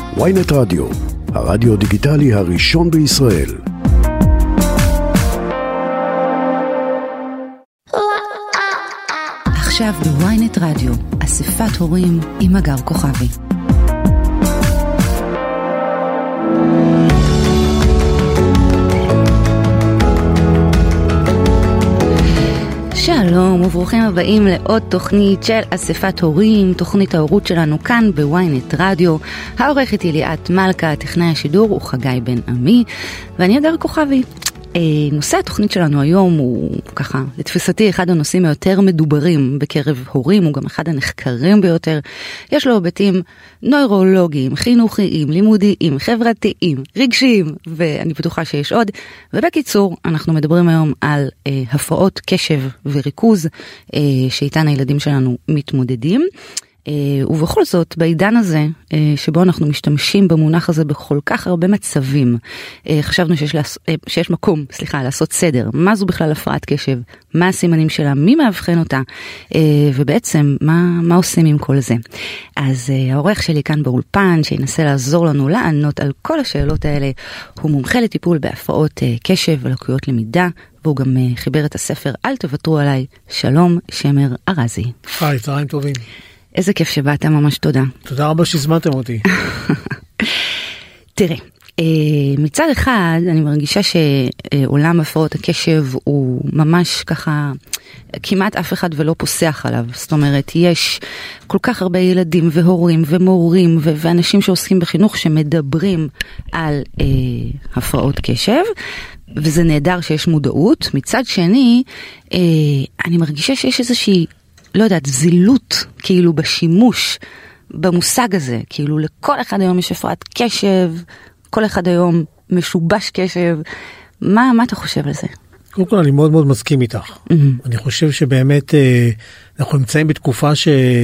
ynet רדיו, הרדיו דיגיטלי הראשון בישראל. עכשיו בוויינט רדיו, אספת הורים עם אגר כוכבי. שלום וברוכים הבאים לעוד תוכנית של אספת הורים, תוכנית ההורות שלנו כאן בוויינט רדיו. העורכת היא ליאת מלכה, טכנאי השידור הוא חגי בן עמי, ואני אגר כוכבי. נושא התוכנית שלנו היום הוא ככה, לתפיסתי אחד הנושאים היותר מדוברים בקרב הורים, הוא גם אחד הנחקרים ביותר. יש לו היבטים נוירולוגיים, חינוכיים, לימודיים, חברתיים, רגשיים, ואני בטוחה שיש עוד. ובקיצור, אנחנו מדברים היום על הפרעות קשב וריכוז שאיתן הילדים שלנו מתמודדים. ובכל זאת, בעידן הזה, שבו אנחנו משתמשים במונח הזה בכל כך הרבה מצבים, חשבנו שיש מקום, לעשות סדר. מה זו בכלל הפרעת קשב? מה הסימנים שלה? מי מאבחן אותה? ובעצם, מה עושים עם כל זה? אז העורך שלי כאן באולפן, שינסה לעזור לנו לענות על כל השאלות האלה, הוא מומחה לטיפול בהפרעות קשב ולקויות למידה, והוא גם חיבר את הספר אל תוותרו עליי. שלום, שמר ארזי. היי, צהריים טובים. איזה כיף שבאת, ממש תודה. תודה רבה שהזמנתם אותי. תראה, מצד אחד אני מרגישה שעולם הפרעות הקשב הוא ממש ככה, כמעט אף אחד ולא פוסח עליו. זאת אומרת, יש כל כך הרבה ילדים והורים ומורים ואנשים שעוסקים בחינוך שמדברים על הפרעות קשב, וזה נהדר שיש מודעות. מצד שני, אני מרגישה שיש איזושהי לא יודעת, זילות, כאילו בשימוש, במושג הזה, כאילו לכל אחד היום יש הפרעת קשב, כל אחד היום משובש קשב. מה אתה חושב על זה? קודם כל, אני מאוד מאוד מסכים איתך. אני חושב שבאמת אנחנו נמצאים בתקופה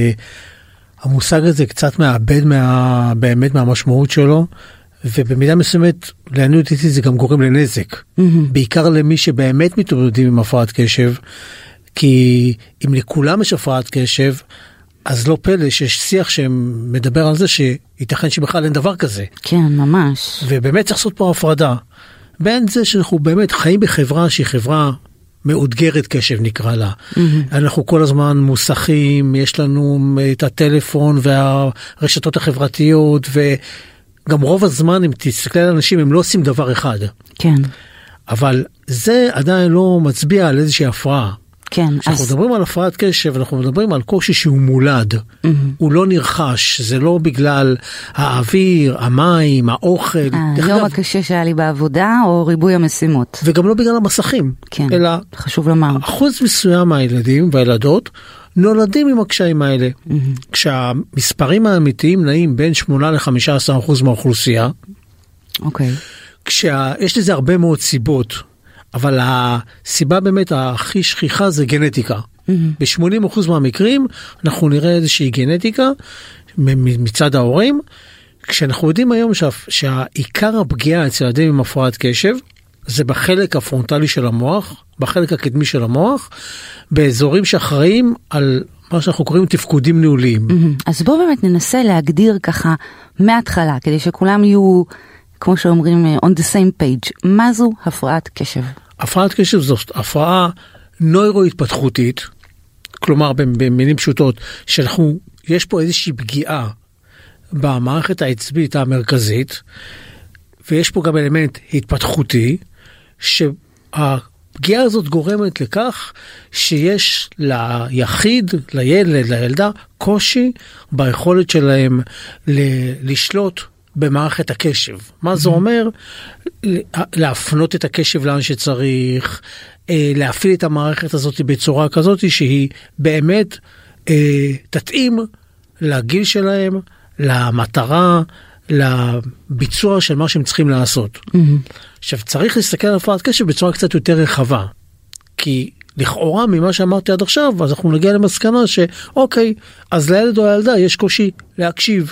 שהמושג הזה קצת מאבד באמת מהמשמעות שלו, ובמידה מסוימת, לעניות אותי זה גם גורם לנזק. בעיקר למי שבאמת מתמודדים עם הפרעת קשב, כי אם לכולם יש הפרעת קשב, אז לא פלא שיש שיח שמדבר על זה שייתכן שבכלל אין דבר כזה. כן, ממש. ובאמת צריך לעשות פה הפרדה. בין זה שאנחנו באמת חיים בחברה שהיא חברה מאותגרת קשב נקרא לה. אנחנו כל הזמן מוסכים, יש לנו את הטלפון והרשתות החברתיות, וגם רוב הזמן אם תסתכל על אנשים הם לא עושים דבר אחד. כן. אבל זה עדיין לא מצביע על איזושהי הפרעה. כן, כשאנחנו מדברים על הפרעת קשב, אנחנו מדברים על קושי שהוא מולד, הוא לא נרחש, זה לא בגלל האוויר, המים, האוכל. היום הקשה שהיה לי בעבודה או ריבוי המשימות. וגם לא בגלל המסכים. כן, אלא חשוב לומר. אחוז מסוים מהילדים והילדות נולדים עם הקשיים האלה. כשהמספרים האמיתיים נעים בין 8 ל-15% מהאוכלוסייה. אוקיי. כשיש לזה הרבה מאוד סיבות. אבל הסיבה באמת הכי שכיחה זה גנטיקה. ב-80% מהמקרים אנחנו נראה איזושהי גנטיקה מצד ההורים, כשאנחנו יודעים היום שהעיקר הפגיעה אצל ילדים עם הפרעת קשב, זה בחלק הפרונטלי של המוח, בחלק הקדמי של המוח, באזורים שאחראים על מה שאנחנו קוראים תפקודים ניהוליים. אז בואו באמת ננסה להגדיר ככה מההתחלה, כדי שכולם יהיו כמו שאומרים, on the same page. מה זו הפרעת קשב? הפרעת קשב זאת הפרעה נוירו-התפתחותית, כלומר במילים פשוטות, יש פה איזושהי פגיעה במערכת העצבית המרכזית, ויש פה גם אלמנט התפתחותי, שהפגיעה הזאת גורמת לכך שיש ליחיד, לילד, לילדה, קושי ביכולת שלהם לשלוט במערכת הקשב. מה זה אומר? להפנות את הקשב לאן שצריך, להפעיל את המערכת הזאת בצורה כזאת שהיא באמת תתאים לגיל שלהם, למטרה, לביצוע של מה שהם צריכים לעשות. עכשיו, צריך להסתכל על הפרעת קשב בצורה קצת יותר רחבה, כי לכאורה ממה שאמרתי עד עכשיו, אז אנחנו נגיע למסקנה שאוקיי, אז לילד או הילדה יש קושי להקשיב.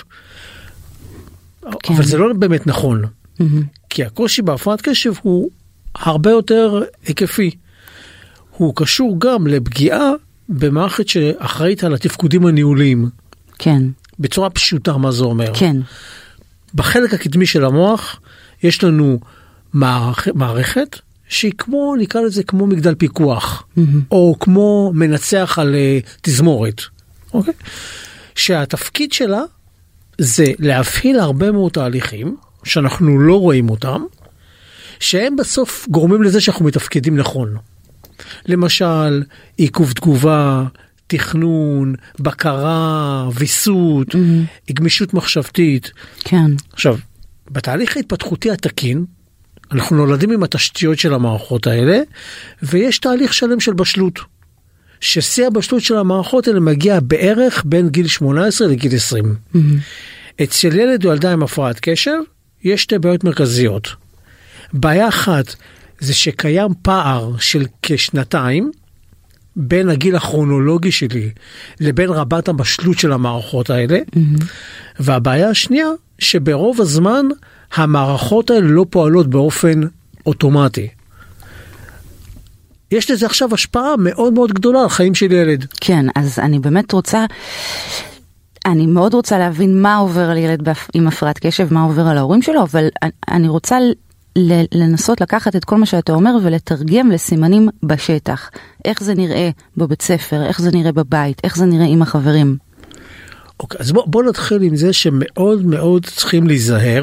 כן. אבל זה לא באמת נכון, כי הקושי בהפרעת קשב הוא הרבה יותר היקפי. הוא קשור גם לפגיעה במערכת שאחראית על התפקודים הניהוליים. כן. בצורה פשוטה מה זה אומר. כן. בחלק הקדמי של המוח יש לנו מערכת שהיא כמו, נקרא לזה כמו מגדל פיקוח, או כמו מנצח על תזמורת, אוקיי? שהתפקיד שלה זה להפעיל הרבה מאוד תהליכים, שאנחנו לא רואים אותם, שהם בסוף גורמים לזה שאנחנו מתפקדים נכון. למשל, עיכוב תגובה, תכנון, בקרה, ויסות, גמישות מחשבתית. כן. עכשיו, בתהליך ההתפתחותי התקין, אנחנו נולדים עם התשתיות של המערכות האלה, ויש תהליך שלם של בשלות. ששיא הבשלות של המערכות האלה מגיע בערך בין גיל 18 לגיל 20. אצל ילד או ילדה עם הפרעת קשב, יש שתי בעיות מרכזיות. בעיה אחת זה שקיים פער של כשנתיים, בין הגיל הכרונולוגי שלי לבין רבת הבשלות של המערכות האלה, והבעיה השנייה, שברוב הזמן המערכות האלה לא פועלות באופן אוטומטי. יש לזה עכשיו השפעה מאוד מאוד גדולה על חיים של ילד. כן, אז אני באמת רוצה, אני מאוד רוצה להבין מה עובר על ילד עם הפרעת קשב, מה עובר על ההורים שלו, אבל אני רוצה לנסות לקחת את כל מה שאתה אומר ולתרגם לסימנים בשטח. איך זה נראה בבית ספר, איך זה נראה בבית, איך זה נראה עם החברים. אוקיי, אז בוא נתחיל עם זה שמאוד מאוד צריכים להיזהר,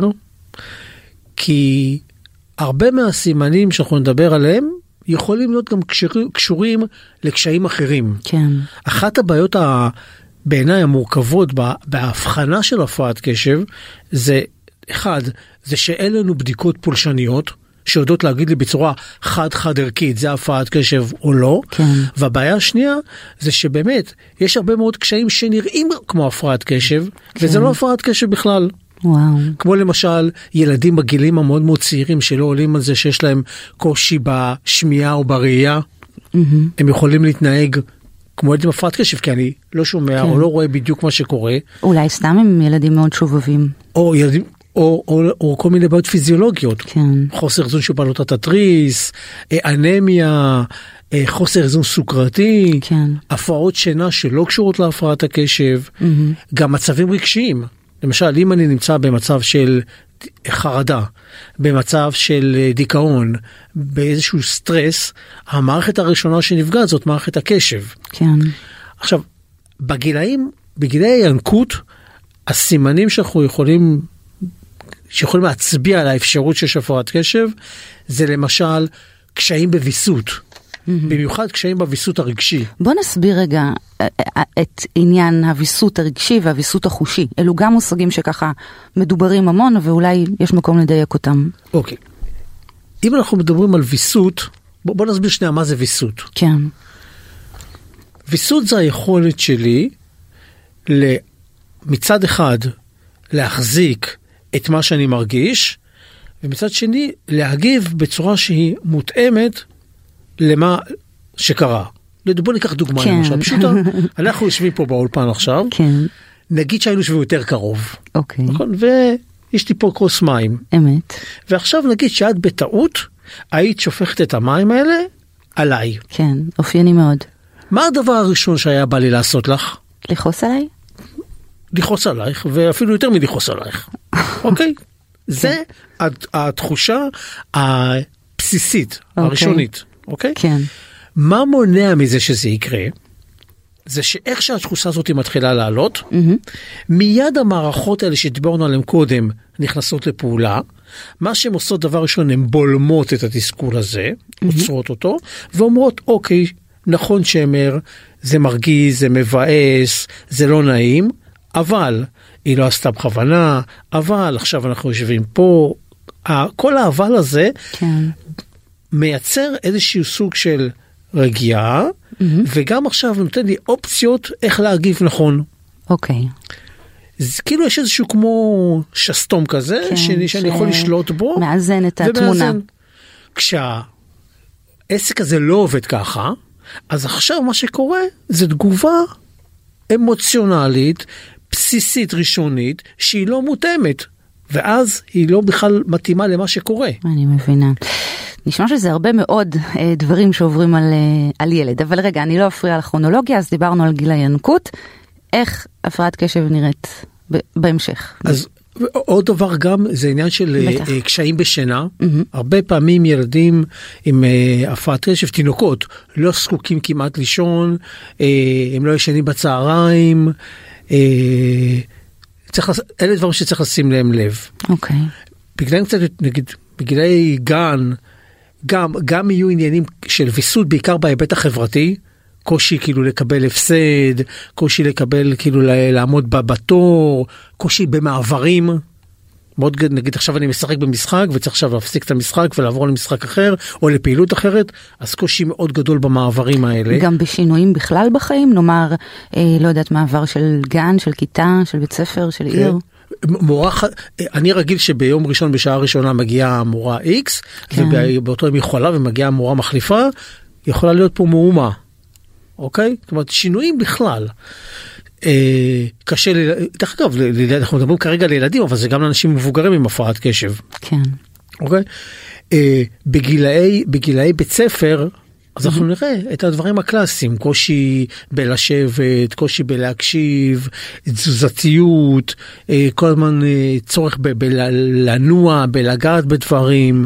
כי הרבה מהסימנים שאנחנו נדבר עליהם, יכולים להיות גם קשורים לקשיים אחרים. כן. אחת הבעיות בעיניי המורכבות בהבחנה של הפרעת קשב, זה אחד, זה שאין לנו בדיקות פולשניות, שיודעות להגיד לי בצורה חד ערכית, זה הפרעת קשב או לא. כן. והבעיה השנייה, זה שבאמת, יש הרבה מאוד קשיים שנראים כמו הפרעת קשב, כן. וזה לא הפרעת קשב בכלל. וואו. כמו למשל, ילדים בגילים המאוד מאוד צעירים, שלא עולים על זה שיש להם קושי בשמיעה או בראייה, הם יכולים להתנהג כמו ילדים הפרעת קשב, כי אני לא שומע או לא רואה בדיוק מה שקורה. אולי סתם הם ילדים מאוד שובבים. או ילדים, או כל מיני בעיות פיזיולוגיות. כן. חוסר איזון של בלוטת התריס, אנמיה, חוסר איזון סוכרתי, כן. הפרעות שינה שלא קשורות להפרעת הקשב, גם מצבים רגשיים. למשל, אם אני נמצא במצב של חרדה, במצב של דיכאון, באיזשהו סטרס, המערכת הראשונה שנפגעת זאת מערכת הקשב. כן. עכשיו, בגילי הינקות, הסימנים שאנחנו יכולים להצביע על האפשרות של הפרעת קשב, זה למשל קשיים בוויסות. במיוחד קשיים בוויסות הרגשי. בוא נסביר רגע את עניין הוויסות הרגשי והוויסות החושי. אלו גם מושגים שככה מדוברים המון, ואולי יש מקום לדייק אותם. אוקיי. אם אנחנו מדברים על ויסות, בוא נסביר שנייה מה זה ויסות. כן. ויסות זה היכולת שלי מצד אחד להחזיק את מה שאני מרגיש, ומצד שני להגיב בצורה שהיא מותאמת למה שקרה. בוא ניקח דוגמה למשל, פשוטה, אנחנו יושבים פה באולפן עכשיו, נגיד שהיינו יושבים יותר קרוב, נכון? ויש לי פה כוס מים. אמת. ועכשיו נגיד שאת בטעות, היית שופכת את המים האלה עליי. כן, אופייני מאוד. מה הדבר הראשון שהיה בא לי לעשות לך? לכעוס עליי? לכעוס עלייך, ואפילו יותר מלכעוס עלייך. אוקיי? זה התחושה הבסיסית, הראשונית. אוקיי? כן. מה מונע מזה שזה יקרה? זה שאיך שהתחושה הזאת מתחילה לעלות, מיד המערכות האלה שדיברנו עליהן קודם נכנסות לפעולה, מה שהן עושות דבר ראשון, הן בולמות את התסכול הזה, עוצרות אותו, ואומרות, אוקיי, נכון שמר, זה מרגיז, זה מבאס, זה לא נעים, אבל היא לא עשתה בכוונה, אבל עכשיו אנחנו יושבים פה, כל האבל הזה, כן. מייצר איזשהו סוג של רגיעה, וגם עכשיו נותן לי אופציות איך להגיב נכון. אוקיי. זה כאילו יש איזשהו כמו שסתום כזה, שאני יכול לשלוט בו. מאזן את התמונה. כשהעסק הזה לא עובד ככה, אז עכשיו מה שקורה זה תגובה אמוציונלית, בסיסית ראשונית, שהיא לא מותאמת, ואז היא לא בכלל מתאימה למה שקורה. אני מבינה. נשמע שזה הרבה מאוד דברים שעוברים על ילד, אבל רגע, אני לא אפריע על הכרונולוגיה, אז דיברנו על גיל הינקות, איך הפרעת קשב נראית בהמשך? אז עוד דבר גם, זה עניין של קשיים בשינה. הרבה פעמים ילדים עם הפרעת קשב, תינוקות, לא זקוקים כמעט לישון, הם לא ישנים בצהריים, אלה דברים שצריך לשים להם לב. אוקיי. בגלל קצת, נגיד, בגלל גן, גם יהיו עניינים של ויסות, בעיקר בהיבט החברתי, קושי כאילו לקבל הפסד, קושי לקבל כאילו לעמוד בתור, קושי במעברים. מאוד, נגיד עכשיו אני משחק במשחק וצריך עכשיו להפסיק את המשחק ולעבור למשחק אחר או לפעילות אחרת, אז קושי מאוד גדול במעברים האלה. גם בשינויים בכלל בחיים, נאמר, לא יודעת, מעבר של גן, של כיתה, של בית ספר, של עיר. אני רגיל שביום ראשון בשעה ראשונה מגיעה מורה X, ובאותו יום יכולה ומגיעה מורה מחליפה, יכולה להיות פה מהומה. אוקיי? זאת אומרת, שינויים בכלל. קשה, דרך אגב, אנחנו מדברים כרגע לילדים, אבל זה גם לאנשים מבוגרים עם הפרעת קשב. כן. אוקיי? בגילאי בית ספר, אז אנחנו נראה את הדברים הקלאסיים, קושי בלשבת, קושי בלהקשיב, תזוזתיות, כל הזמן צורך בלנוע, בלגעת בדברים,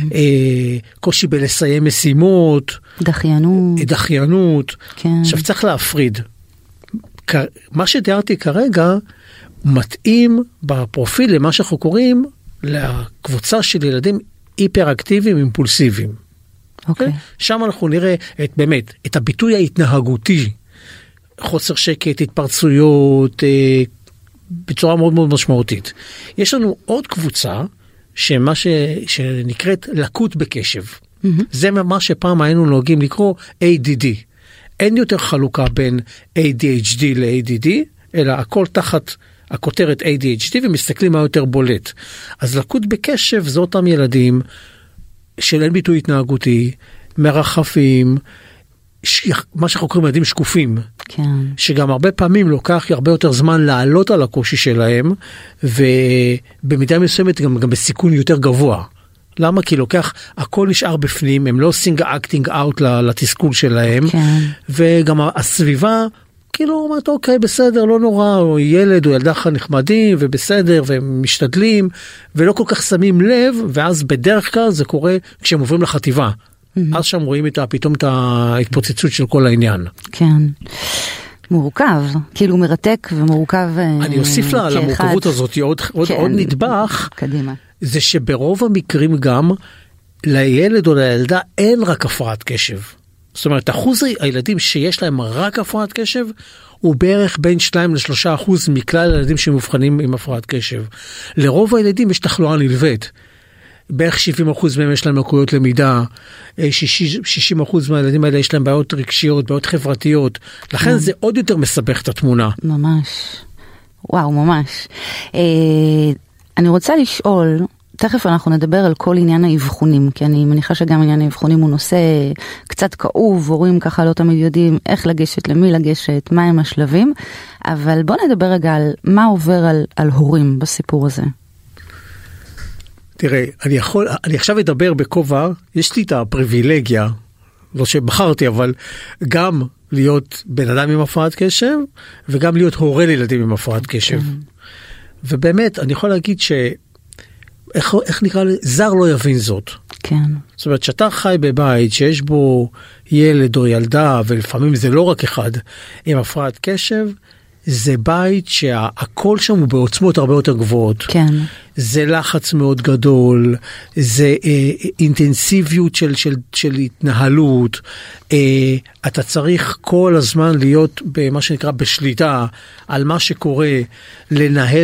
קושי בלסיים משימות, דחיינות. כן. עכשיו צריך להפריד. מה שתיארתי כרגע מתאים בפרופיל למה שאנחנו קוראים לקבוצה של ילדים היפראקטיביים, אימפולסיביים. אוקיי. שם אנחנו נראה באמת את הביטוי ההתנהגותי, חוסר שקט, התפרצויות, בצורה מאוד מאוד משמעותית. יש לנו עוד קבוצה שנקראת לקות בקשב. זה מה שפעם היינו נוהגים לקרוא ADD. אין יותר חלוקה בין ADHD ל-ADD, אלא הכל תחת הכותרת ADHD ומסתכלים מה יותר בולט. אז לקות בקשב זה אותם ילדים של אין ביטוי התנהגותי, מרחפים, מה שאנחנו קוראים ילדים שקופים, כן. שגם הרבה פעמים לוקח הרבה יותר זמן לעלות על הקושי שלהם, ובמידה מסוימת גם בסיכון יותר גבוה. למה? כי לוקח, הכל נשאר בפנים, הם לא עושים אקטינג אאוט לתסכול שלהם, כן. וגם הסביבה, כאילו אומרת, אוקיי, בסדר, לא נורא, או ילד או ילדה נחמדים, ובסדר, והם משתדלים, ולא כל כך שמים לב, ואז בדרך כלל זה קורה כשהם עוברים לחטיבה. אז שם רואים פתאום את ההתפוצצות של כל העניין. כן. מורכב, כאילו מרתק ומורכב כאחד. אני אוסיף למורכבות הזאת עוד נדבך, קדימה. זה שברוב המקרים גם לילד או לילדה אין רק הפרעת קשב. זאת אומרת, אחוז הילדים שיש להם רק הפרעת קשב, הוא בערך בין 2-3% מכלל הילדים שמובחנים עם הפרעת קשב. לרוב הילדים יש תחלואה נלווית. בערך 70% מהם יש להם לקויות למידה, 60% מהילדים האלה יש להם בעיות רגשיות, בעיות חברתיות. לכן זה עוד יותר מסבך את התמונה. ממש. וואו, ממש. אני רוצה לשאול, תכף אנחנו נדבר על כל עניין האבחונים, כי אני מניחה שגם עניין האבחונים הוא נושא קצת כאוב, הורים ככה לא תמיד יודעים איך לגשת, למי לגשת, מה הם השלבים, אבל בוא נדבר רגע על מה עובר על הורים בסיפור הזה. תראה, אני עכשיו אדבר בכובע, יש לי את הפריבילגיה, לא שבחרתי, אבל גם להיות בן אדם עם הפרעת קשב, וגם להיות הורה לילדים עם הפרעת קשב. ובאמת, אני יכול להגיד איך נקרא לי? זר לא יבין זאת. כן. זאת אומרת, שאתה חי בבית שיש בו ילד או ילדה, ולפעמים זה לא רק אחד, עם הפרעת קשב, זה בית שהכל שם הוא בעוצמות הרבה יותר גבוהות. כן. זה לחץ מאוד גדול, זה אינטנסיביות של התנהלות, אתה צריך כל הזמן להיות במה שנקרא בשליטה על מה שקורה, לנהל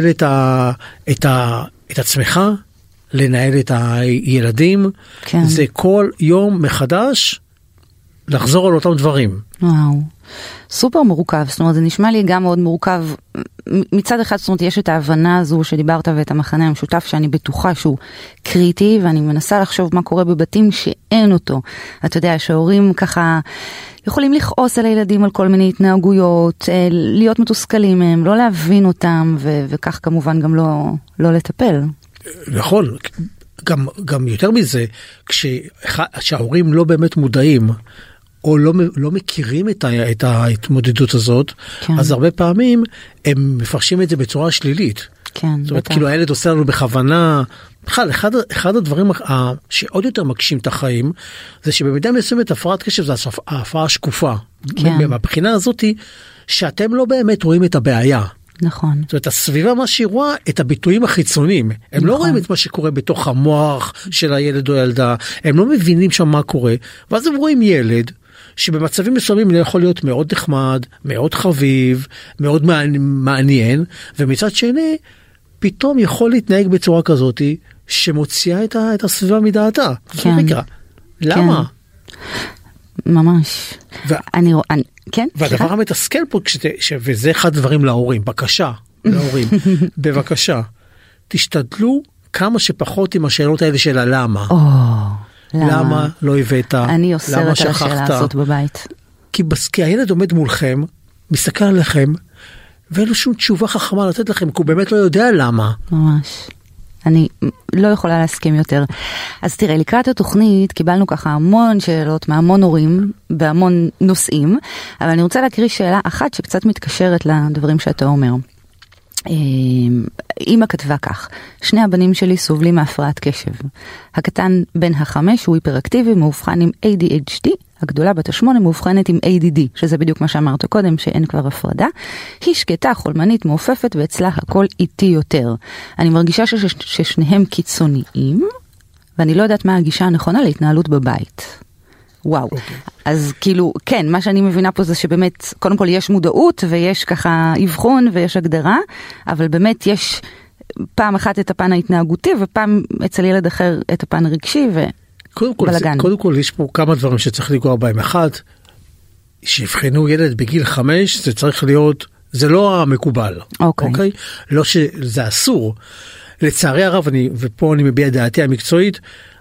את עצמך, לנהל את הילדים, כן. זה כל יום מחדש לחזור על אותם דברים. וואו. סופר מורכב, זאת אומרת, זה נשמע לי גם מאוד מורכב. מצד אחד, זאת אומרת, יש את ההבנה הזו שדיברת ואת המחנה המשותף שאני בטוחה שהוא קריטי, ואני מנסה לחשוב מה קורה בבתים שאין אותו. אתה יודע, שההורים ככה יכולים לכעוס על הילדים על כל מיני התנהגויות, להיות מתוסכלים מהם, לא להבין אותם, וכך כמובן גם לא לטפל. נכון, גם יותר מזה, כשההורים לא באמת מודעים, או לא מכירים את ההתמודדות הזאת, כן. אז הרבה פעמים הם מפרשים את זה בצורה שלילית. כן, זאת אומרת, כאילו הילד עושה לנו בכוונה. בכלל, אחד הדברים שעוד יותר מקשים את החיים, זה שבמידה מסוימת הפרעת קשב זה ההפרעה שקופה. כן. בבחינה הזאת שאתם לא באמת רואים את הבעיה. נכון. זאת אומרת, הסביבה מה שהיא רואה את הביטויים החיצוניים. הם לא רואים את מה שקורה בתוך המוח של הילד או ילדה. הם לא מבינים שם מה קורה. ואז הם רואים ילד שבמצבים מסוימים יכול להיות מאוד נחמד, מאוד חביב, מאוד מעניין, ומצד שני, פתאום יכול להתנהג בצורה כזאת שמוציאה את הסביבה מדעתה. כן. למה? ממש. כן? והדבר המתסכל פה, וזה אחד הדברים להורים, בבקשה, להורים, בבקשה, תשתדלו כמה שפחות עם השאלות האלה של הלמה. למה לא הבאת? אני אוסרת על השאלה הזאת בבית. כי הילד עומד מולכם, מסתכל עליכם, ואין לו שום תשובה חכמה לתת לכם, כי הוא באמת לא יודע למה. ממש. אני לא יכולה להסכים יותר. אז תראה, לקראת התוכנית קיבלנו ככה המון שאלות מהמון הורים בהמון נושאים, אבל אני רוצה להקריא שאלה אחת שקצת מתקשרת לדברים שאתה אומר. אמא כתבה כך: שני הבנים שלי סובלים מהפרעת קשב. הקטן בן 5 הוא היפראקטיבי, מאובחן עם ADHD, הגדולה בת 8 מאובחנת עם ADD, שזה בדיוק מה שאמרת קודם, שאין כבר הפרדה. היא שקטה, חולמנית, מעופפת, ואצלה הכל איטי יותר. אני מרגישה ששניהם קיצוניים, ואני לא יודעת מה הגישה הנכונה להתנהלות בבית. וואו. אז כאילו, כן, מה שאני מבינה פה זה שבאמת, קודם כל יש מודעות, ויש ככה אבחון, ויש הגדרה, אבל באמת יש פעם אחת את הפן ההתנהגותי, ופעם אצל ילד אחר את הפן הרגשי, ובלגן. קודם כל, יש פה כמה דברים שצריך לגוע בהם. אחד, שיבחנו ילד בגיל 5, זה צריך להיות, זה לא המקובל. אוקיי? לא שזה אסור. לצערי הרב, ופה אני מביע דעתי המקצועית,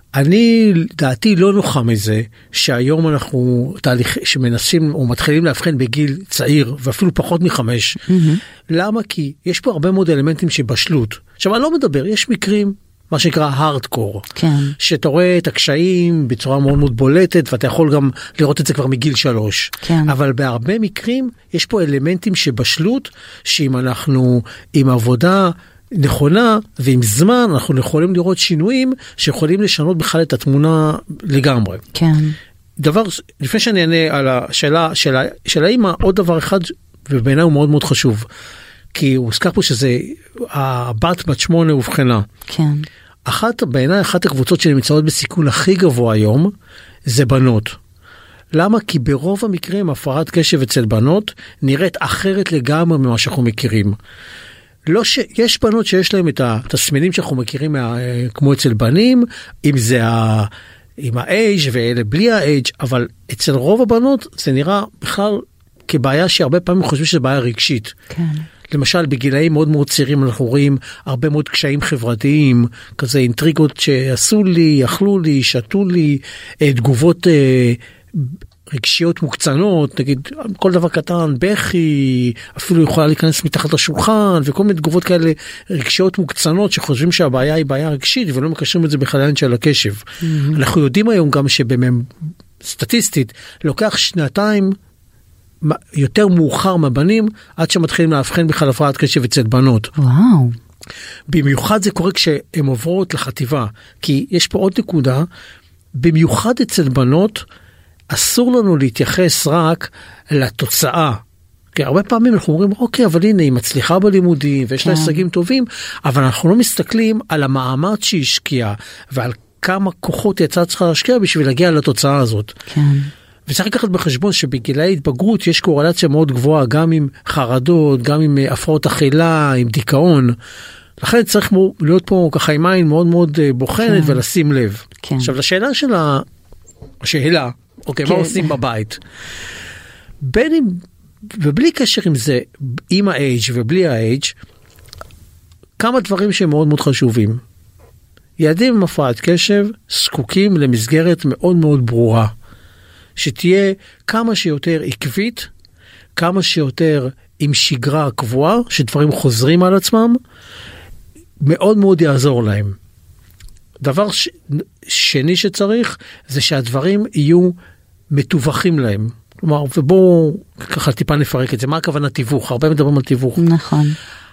דעתי לא נוחה מזה שהיום אנחנו שמנסים או מתחילים להבחן בגיל צעיר ואפילו פחות מ5. למה? כי יש פה הרבה מאוד אלמנטים שבשלות. עכשיו אני לא מדבר, יש מקרים, מה שנקרא הארדקור, שאתה רואה את הקשיים בצורה מאוד מאוד בולטת, ואתה יכול גם לראות את זה כבר מגיל 3. אבל בהרבה מקרים יש פה אלמנטים שבשלות, שאם אנחנו עם עבודה נכונה ועם זמן אנחנו יכולים לראות שינויים שיכולים לשנות בכלל את התמונה לגמרי. כן. דבר, לפני שאני אענה על השאלה של האמא, עוד דבר אחד, ובעיניי הוא מאוד מאוד חשוב, כי הוא הוזכר פה שזה בת 8 הובחנה. כן. בעיניי אחת הקבוצות שנמצאות בסיכון הכי גבוה היום זה בנות. למה? כי ברוב המקרים הפרעת קשב אצל בנות נראית אחרת לגמרי ממה שאנחנו מכירים. לא יש בנות שיש להם את התסמינים שאנחנו מכירים כמו אצל בנים, אם זה עם ה-age ואלה בלי ה-age, אבל אצל רוב הבנות זה נראה בכלל כבעיה שהרבה פעמים חושבים שזה בעיה רגשית. כן. למשל בגילאים מאוד מאוד צעירים אנחנו רואים הרבה מאוד קשיים חברתיים, כזה אינטריגות שעשו לי, אכלו לי, שתו לי, תגובות רגשיות מוקצנות, נגיד כל דבר קטן, בכי, אפילו יכולה להיכנס מתחת לשולחן, וכל מיני תגובות כאלה רגשיות מוקצנות שחושבים שהבעיה היא בעיה רגשית, ולא מקשרים את זה בכלל של הקשב. אנחנו יודעים היום גם סטטיסטית, לוקח 2 יותר מאוחר מהבנים, עד שמתחילים להבחן בכלל הפרעת קשב אצל בנות. וואו. במיוחד זה קורה כשהן עוברות לחטיבה, כי יש פה עוד נקודה, במיוחד אצל בנות, אסור לנו להתייחס רק לתוצאה. כי הרבה פעמים אנחנו אומרים, אוקיי, אבל הנה, היא מצליחה בלימודים, ויש לה הישגים טובים, אבל אנחנו לא מסתכלים על המאמץ שהיא השקיעה, ועל כמה כוחות יצאה צריכה להשקיע בשביל להגיע לתוצאה הזאת. כן. וצריך לקחת בחשבון שבגילי התבגרות יש קורלציה מאוד גבוהה, גם עם חרדות, גם עם הפרעות אכילה, עם דיכאון. לכן צריך להיות פה ככה עם עין מאוד מאוד בוחנת ולשים לב. כן. עכשיו, לשאלה של השאלה, אוקיי, מה עושים בבית? בין אם, ובלי קשר עם זה, עם ה-age ובלי ה-age, כמה דברים שהם מאוד מאוד חשובים. ילדים עם הפרעת קשב זקוקים למסגרת מאוד מאוד ברורה, שתהיה כמה שיותר עקבית, כמה שיותר עם שגרה קבועה, שדברים חוזרים על עצמם, מאוד מאוד יעזור להם. דבר שני שצריך, זה שהדברים יהיו מתווכים להם. כלומר, ובואו ככה טיפה נפרק את זה. מה הכוונה תיווך? הרבה מדברים על תיווך. נכון.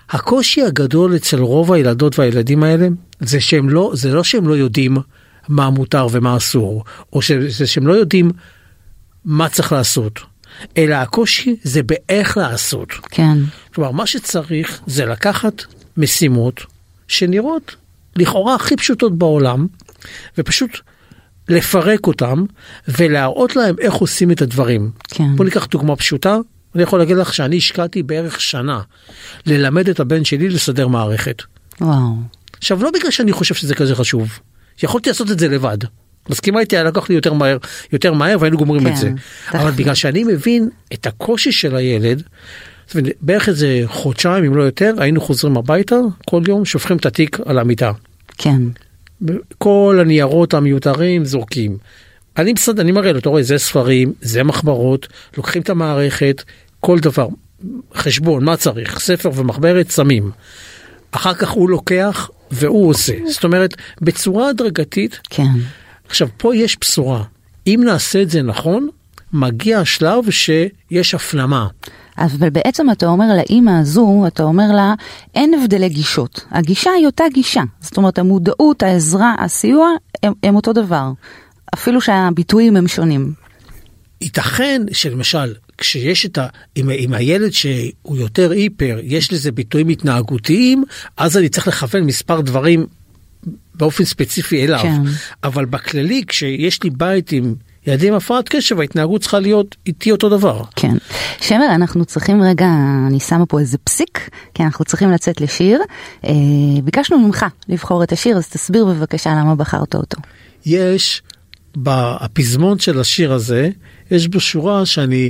הקושי הגדול אצל רוב הילדות והילדים האלה, זה לא שהם לא יודעים מה מותר ומה אסור, או שהם לא יודעים מה צריך לעשות, אלא הקושי זה באיך לעשות. כן. כלומר, מה שצריך זה לקחת משימות שנראות לכאורה הכי פשוטות בעולם, ופשוט לפרק אותם, ולהראות להם איך עושים את הדברים. כן. בוא ניקח דוגמה פשוטה, אני יכול להגיד לך שאני השקעתי בערך שנה, ללמד את הבן שלי לסדר מערכת. וואו. עכשיו, לא בגלל שאני חושב שזה כזה חשוב, יכולתי לעשות את זה לבד. מסכימה איתי, היה לקח לי יותר מהר, והיינו גומרים את זה. אבל בגלל שאני מבין את הקושי של הילד, בערך איזה חודשיים, אם לא יותר, היינו חוזרים הביתה, כל יום שופכים את התיק על המיטה. כן. כל הניירות המיותרים זורקים. אני מראה לו, אתה רואה, זה ספרים, זה מחברות, לוקחים את המערכת, כל דבר, חשבון, מה צריך, ספר ומחברת, שמים. אחר כך הוא לוקח והוא עושה. זאת אומרת, בצורה הדרגתית. כן. עכשיו, פה יש בשורה. אם נעשה את זה נכון, מגיע השלב שיש הפנמה. אבל בעצם אתה אומר לאמא הזו, אתה אומר לה, אין הבדלי גישות. הגישה היא אותה גישה. זאת אומרת, המודעות, העזרה, הסיוע, הם אותו דבר. אפילו שהביטויים הם שונים. ייתכן שלמשל, כשיש עם הילד שהוא יותר היפר, יש לזה ביטויים התנהגותיים, אז אני צריך לכוון מספר דברים באופן ספציפי אליו. כן. אבל בכללי, כשיש לי בית עם ילדים הפרעת קשב, ההתנהגות צריכה להיות איתי אותו דבר. כן. שמר, אנחנו צריכים רגע, אני שמה פה איזה פסיק, כי אנחנו צריכים לצאת לשיר. ביקשנו ממך לבחור את השיר, אז תסביר בבקשה למה בחרת אותו. יש, בפזמון של השיר הזה, יש בו שורה שאני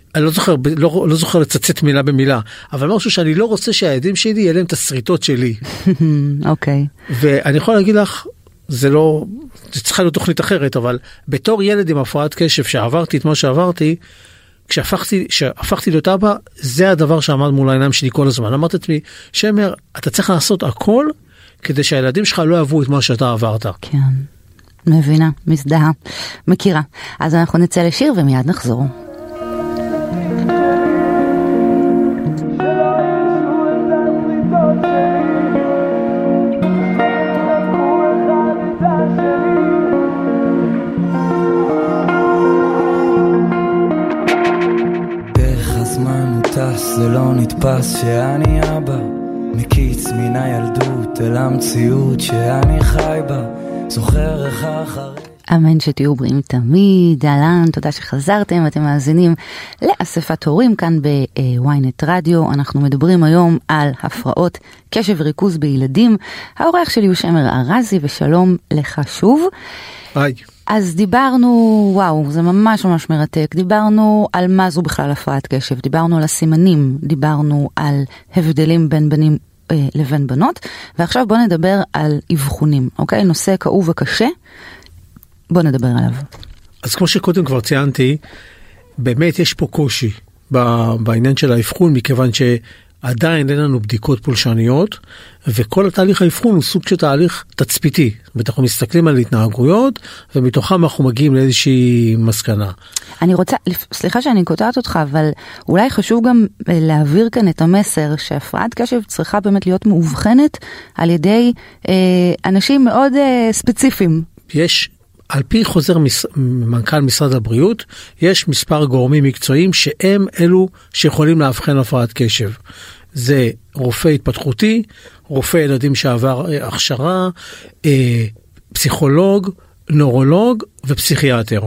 לא זוכר לצצט מילה במילה, אבל משהו שאני לא רוצה שהילדים שלי יהיה להם את הסריטות שלי. אוקיי. ואני יכול להגיד לך, זה צריכה להיות תוכנית אחרת, אבל בתור ילד עם הפרעת קשב שעברתי את מה שעברתי, כשהפכתי להיות אבא, זה הדבר שעמד מול העיניים שלי כל הזמן. אמרתי לעצמי, שמר, אתה צריך לעשות הכל, כדי שהילדים שלך לא יעברו את מה שאתה עברת. כן, מבינה, מזדהה, מכירה. אז אנחנו נצא לשיר ומיד נחזור. זה לא נתפס שאני אבא מקיץ מן הילדות אל המציאות שאני חי בה, זוכר איך אחרי. אמן שתהיו בריאים תמיד. אהלן, תודה שחזרתם. אתם מאזינים לאספת הורים כאן בוויינט רדיו. אנחנו מדברים היום על הפרעות קשב וריכוז בילדים. האורח שלי הוא שמר ארזי, ושלום לך שוב. היי. אז דיברנו, וואו, זה ממש ממש מרתק, דיברנו על מה זו בכלל הפרעת קשב, דיברנו על הסימנים, דיברנו על הבדלים בין בנים לבין בנות, ועכשיו בוא נדבר על אבחונים, אוקיי? נושא כאוב וקשה, בוא נדבר עליו. אז כמו שקודם כבר ציינתי, באמת יש פה קושי בעניין של האבחון, מכיוון שעדיין אין לנו בדיקות פולשניות, וכל התהליך האבחון הוא סוג של תהליך תצפיתי. אנחנו מסתכלים על התנהגויות, ומתוכם אנחנו מגיעים לאיזושהי מסקנה. אני רוצה, סליחה שאני קוטעת אותך, אבל אולי חשוב גם להעביר כאן את המסר, שהפרעת קשב צריכה באמת להיות מאובחנת על ידי אנשים מאוד ספציפיים. יש, על פי חוזר מנכ"ל משרד הבריאות, יש מספר גורמים מקצועיים שהם אלו שיכולים להבחן הפרעת קשב. זה רופא התפתחותי, רופא ילדים שעבר הכשרה, פסיכולוג, נורולוג ופסיכיאטר.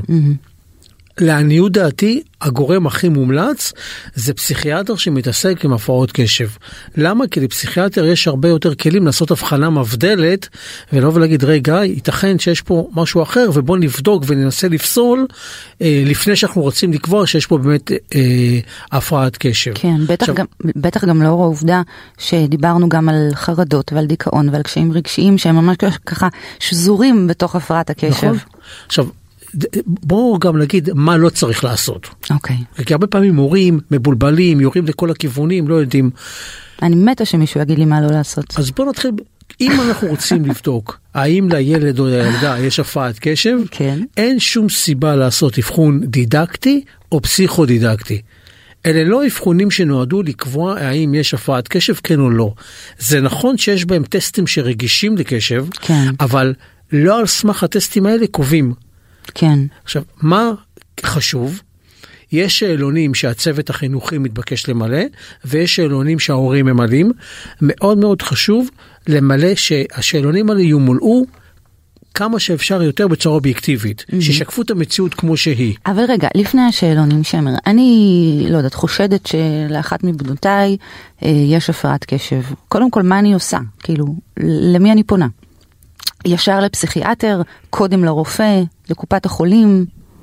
לעניות דעתי, הגורם הכי מומלץ זה פסיכיאטר שמתעסק עם הפרעות קשב. למה? כי לפסיכיאטר יש הרבה יותר כלים לעשות הבחנה מבדלת, ולא ולהגיד, רגע, ייתכן שיש פה משהו אחר, ובוא נבדוק וננסה לפסול, לפני שאנחנו רוצים לקבוע שיש פה באמת הפרעת קשב. כן, בטח גם לאור העובדה שדיברנו גם על חרדות ועל דיכאון ועל קשיים רגשיים, שהם ממש ככה שזורים בתוך הפרעת הקשב. נכון. עכשיו, בואו גם נגיד מה לא צריך לעשות. אוקיי. כי הרבה פעמים הורים מבולבלים, יורים לכל הכיוונים, לא יודעים. אני מתה שמישהו יגיד לי מה לא לעשות. אז בואו נתחיל, אם אנחנו רוצים לבדוק האם לילד או לילדה יש הפרעת קשב, כן. אין שום סיבה לעשות אבחון דידקטי או פסיכודידקטי. אלה לא אבחונים שנועדו לקבוע האם יש הפרעת קשב, כן או לא. זה נכון שיש בהם טסטים שרגישים לקשב, כן. אבל לא על סמך הטסטים האלה קובעים. כן. עכשיו, מה חשוב? יש שאלונים שהצוות החינוכי מתבקש למלא, ויש שאלונים שההורים ממלאים. מאוד מאוד חשוב למלא שהשאלונים האלה יומלאו כמה שאפשר יותר בצורה אובייקטיבית, שישקפו את המציאות כמו שהיא. אבל רגע, לפני השאלונים שמר, אני לא יודעת, חושדת שלאחת מבנותיי יש הפרעת קשב. קודם כל, מה אני עושה? כאילו, למי אני פונה? ישר לפסיכיאטר, קודם לרופא, לקופת החולים?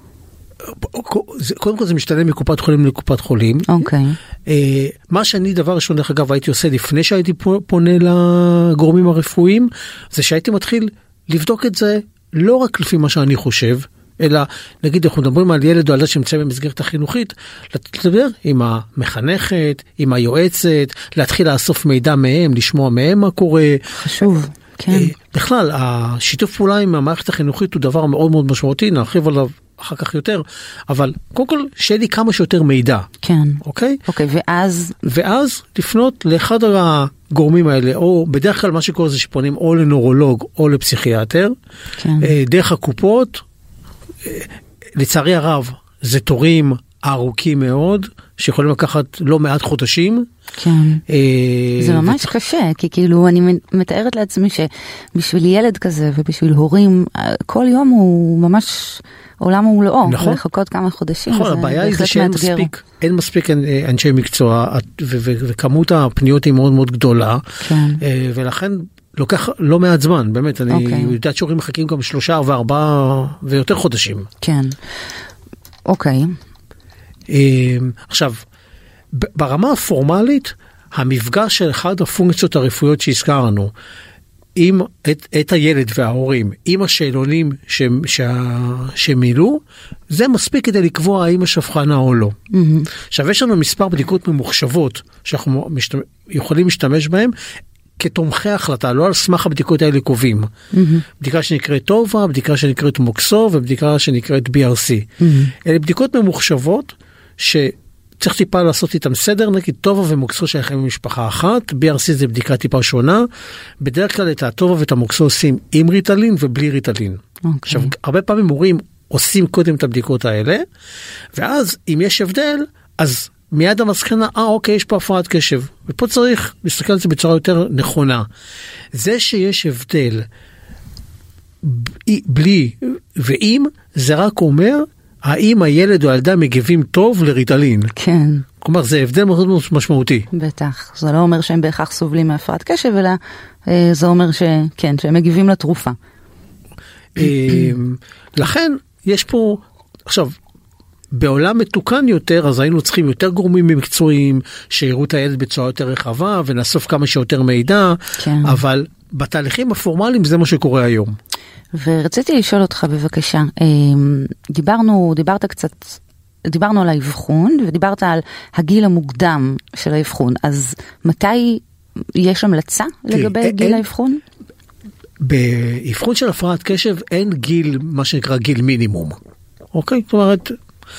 קודם כל זה משתנה מקופת חולים לקופת חולים. אוקיי. מה שאני דבר ראשון, דרך אגב, הייתי עושה לפני שהייתי פונה לגורמים הרפואיים, זה שהייתי מתחיל לבדוק את זה לא רק לפי מה שאני חושב, אלא נגיד אנחנו מדברים על ילד או ילדה שנמצא במסגרת החינוכית, לדבר עם המחנכת, עם היועצת, להתחיל לאסוף מידע מהם, לשמוע מהם מה קורה. חשוב, כן. בכלל, השיתוף פעולה עם המערכת החינוכית הוא דבר מאוד מאוד משמעותי, נרחיב עליו אחר כך יותר, אבל קודם כל שיהיה לי כמה שיותר מידע. כן. אוקיי? אוקיי, ואז לפנות לאחד הגורמים האלה, או בדרך כלל מה שקורה זה שפונים או לנורולוג או לפסיכיאטר, כן. דרך הקופות, לצערי הרב, זה תורים ארוכים מאוד, שיכולים לקחת לא מעט חודשים. כן. זה ממש קשה, כי כאילו אני מתארת לעצמי שבשביל ילד כזה ובשביל הורים, כל יום הוא ממש עולם ומלואו, נכון. ולחכות כמה חודשים. נכון, הבעיה היא זה שאין מספיק אנשי מקצוע, וכמות הפניות היא מאוד מאוד גדולה, כן. ולכן לוקח לא מעט זמן, באמת, אני יודעת שהורים מחכים גם 3 ו4 ויותר חודשים. כן. אוקיי. עכשיו, ברמה הפורמלית, המפגש של אחד הפונקציות הרפואיות שהזכרנו, את הילד וההורים, עם השאלונים שמילאו, זה מספיק כדי לקבוע האם יש הבחנה או לא. עכשיו, יש לנו מספר בדיקות ממוחשבות, שאנחנו יכולים להשתמש בהן, כתומכי החלטה, לא על סמך הבדיקות האלה קובעים. בדיקה שנקראת טובה, בדיקה שנקראת מוקסו, ובדיקה שנקראת BRC. אלה בדיקות ממוחשבות, שצריך טיפה לעשות איתם סדר, נגיד טובה ומוקסו שייכים במשפחה אחת, BRC זה בדיקה טיפה שונה, בדרך כלל את הטובה ואת המוקסו עושים עם ריטלין ובלי ריטלין. עכשיו, הרבה פעמים מורים עושים קודם את הבדיקות האלה, ואז אם יש הבדל, אז מיד המסקנה, אוקיי, יש פה הפרעת קשב. ופה צריך להסתכל על זה בצורה יותר נכונה. זה שיש הבדל בלי ואם, זה רק אומר, האם הילד או הילדה מגיבים טוב לריטלין. כן. כלומר, זה הבדל מאוד משמעותי. בטח. זה לא אומר שהם בהכרח סובלים מהפרעת קשב, אלא זה אומר שכן, שהם מגיבים לתרופה. לכן, יש פה, עכשיו, בעולם מתוקן יותר, אז היינו צריכים יותר גורמים מקצועיים, שיראו את הילד בצורה יותר רחבה, ונאסוף כמה שיותר מידע, כן. אבל בתהליכים הפורמליים זה מה שקורה היום. ורציתי לשאול אותך בבקשה, דיברנו על האבחון, ודיברת על הגיל המוקדם של האבחון, אז מתי יש המלצה לגבי גיל האבחון? באבחון של הפרעת קשב אין גיל, מה שנקרא גיל מינימום. אוקיי? זאת אומרת,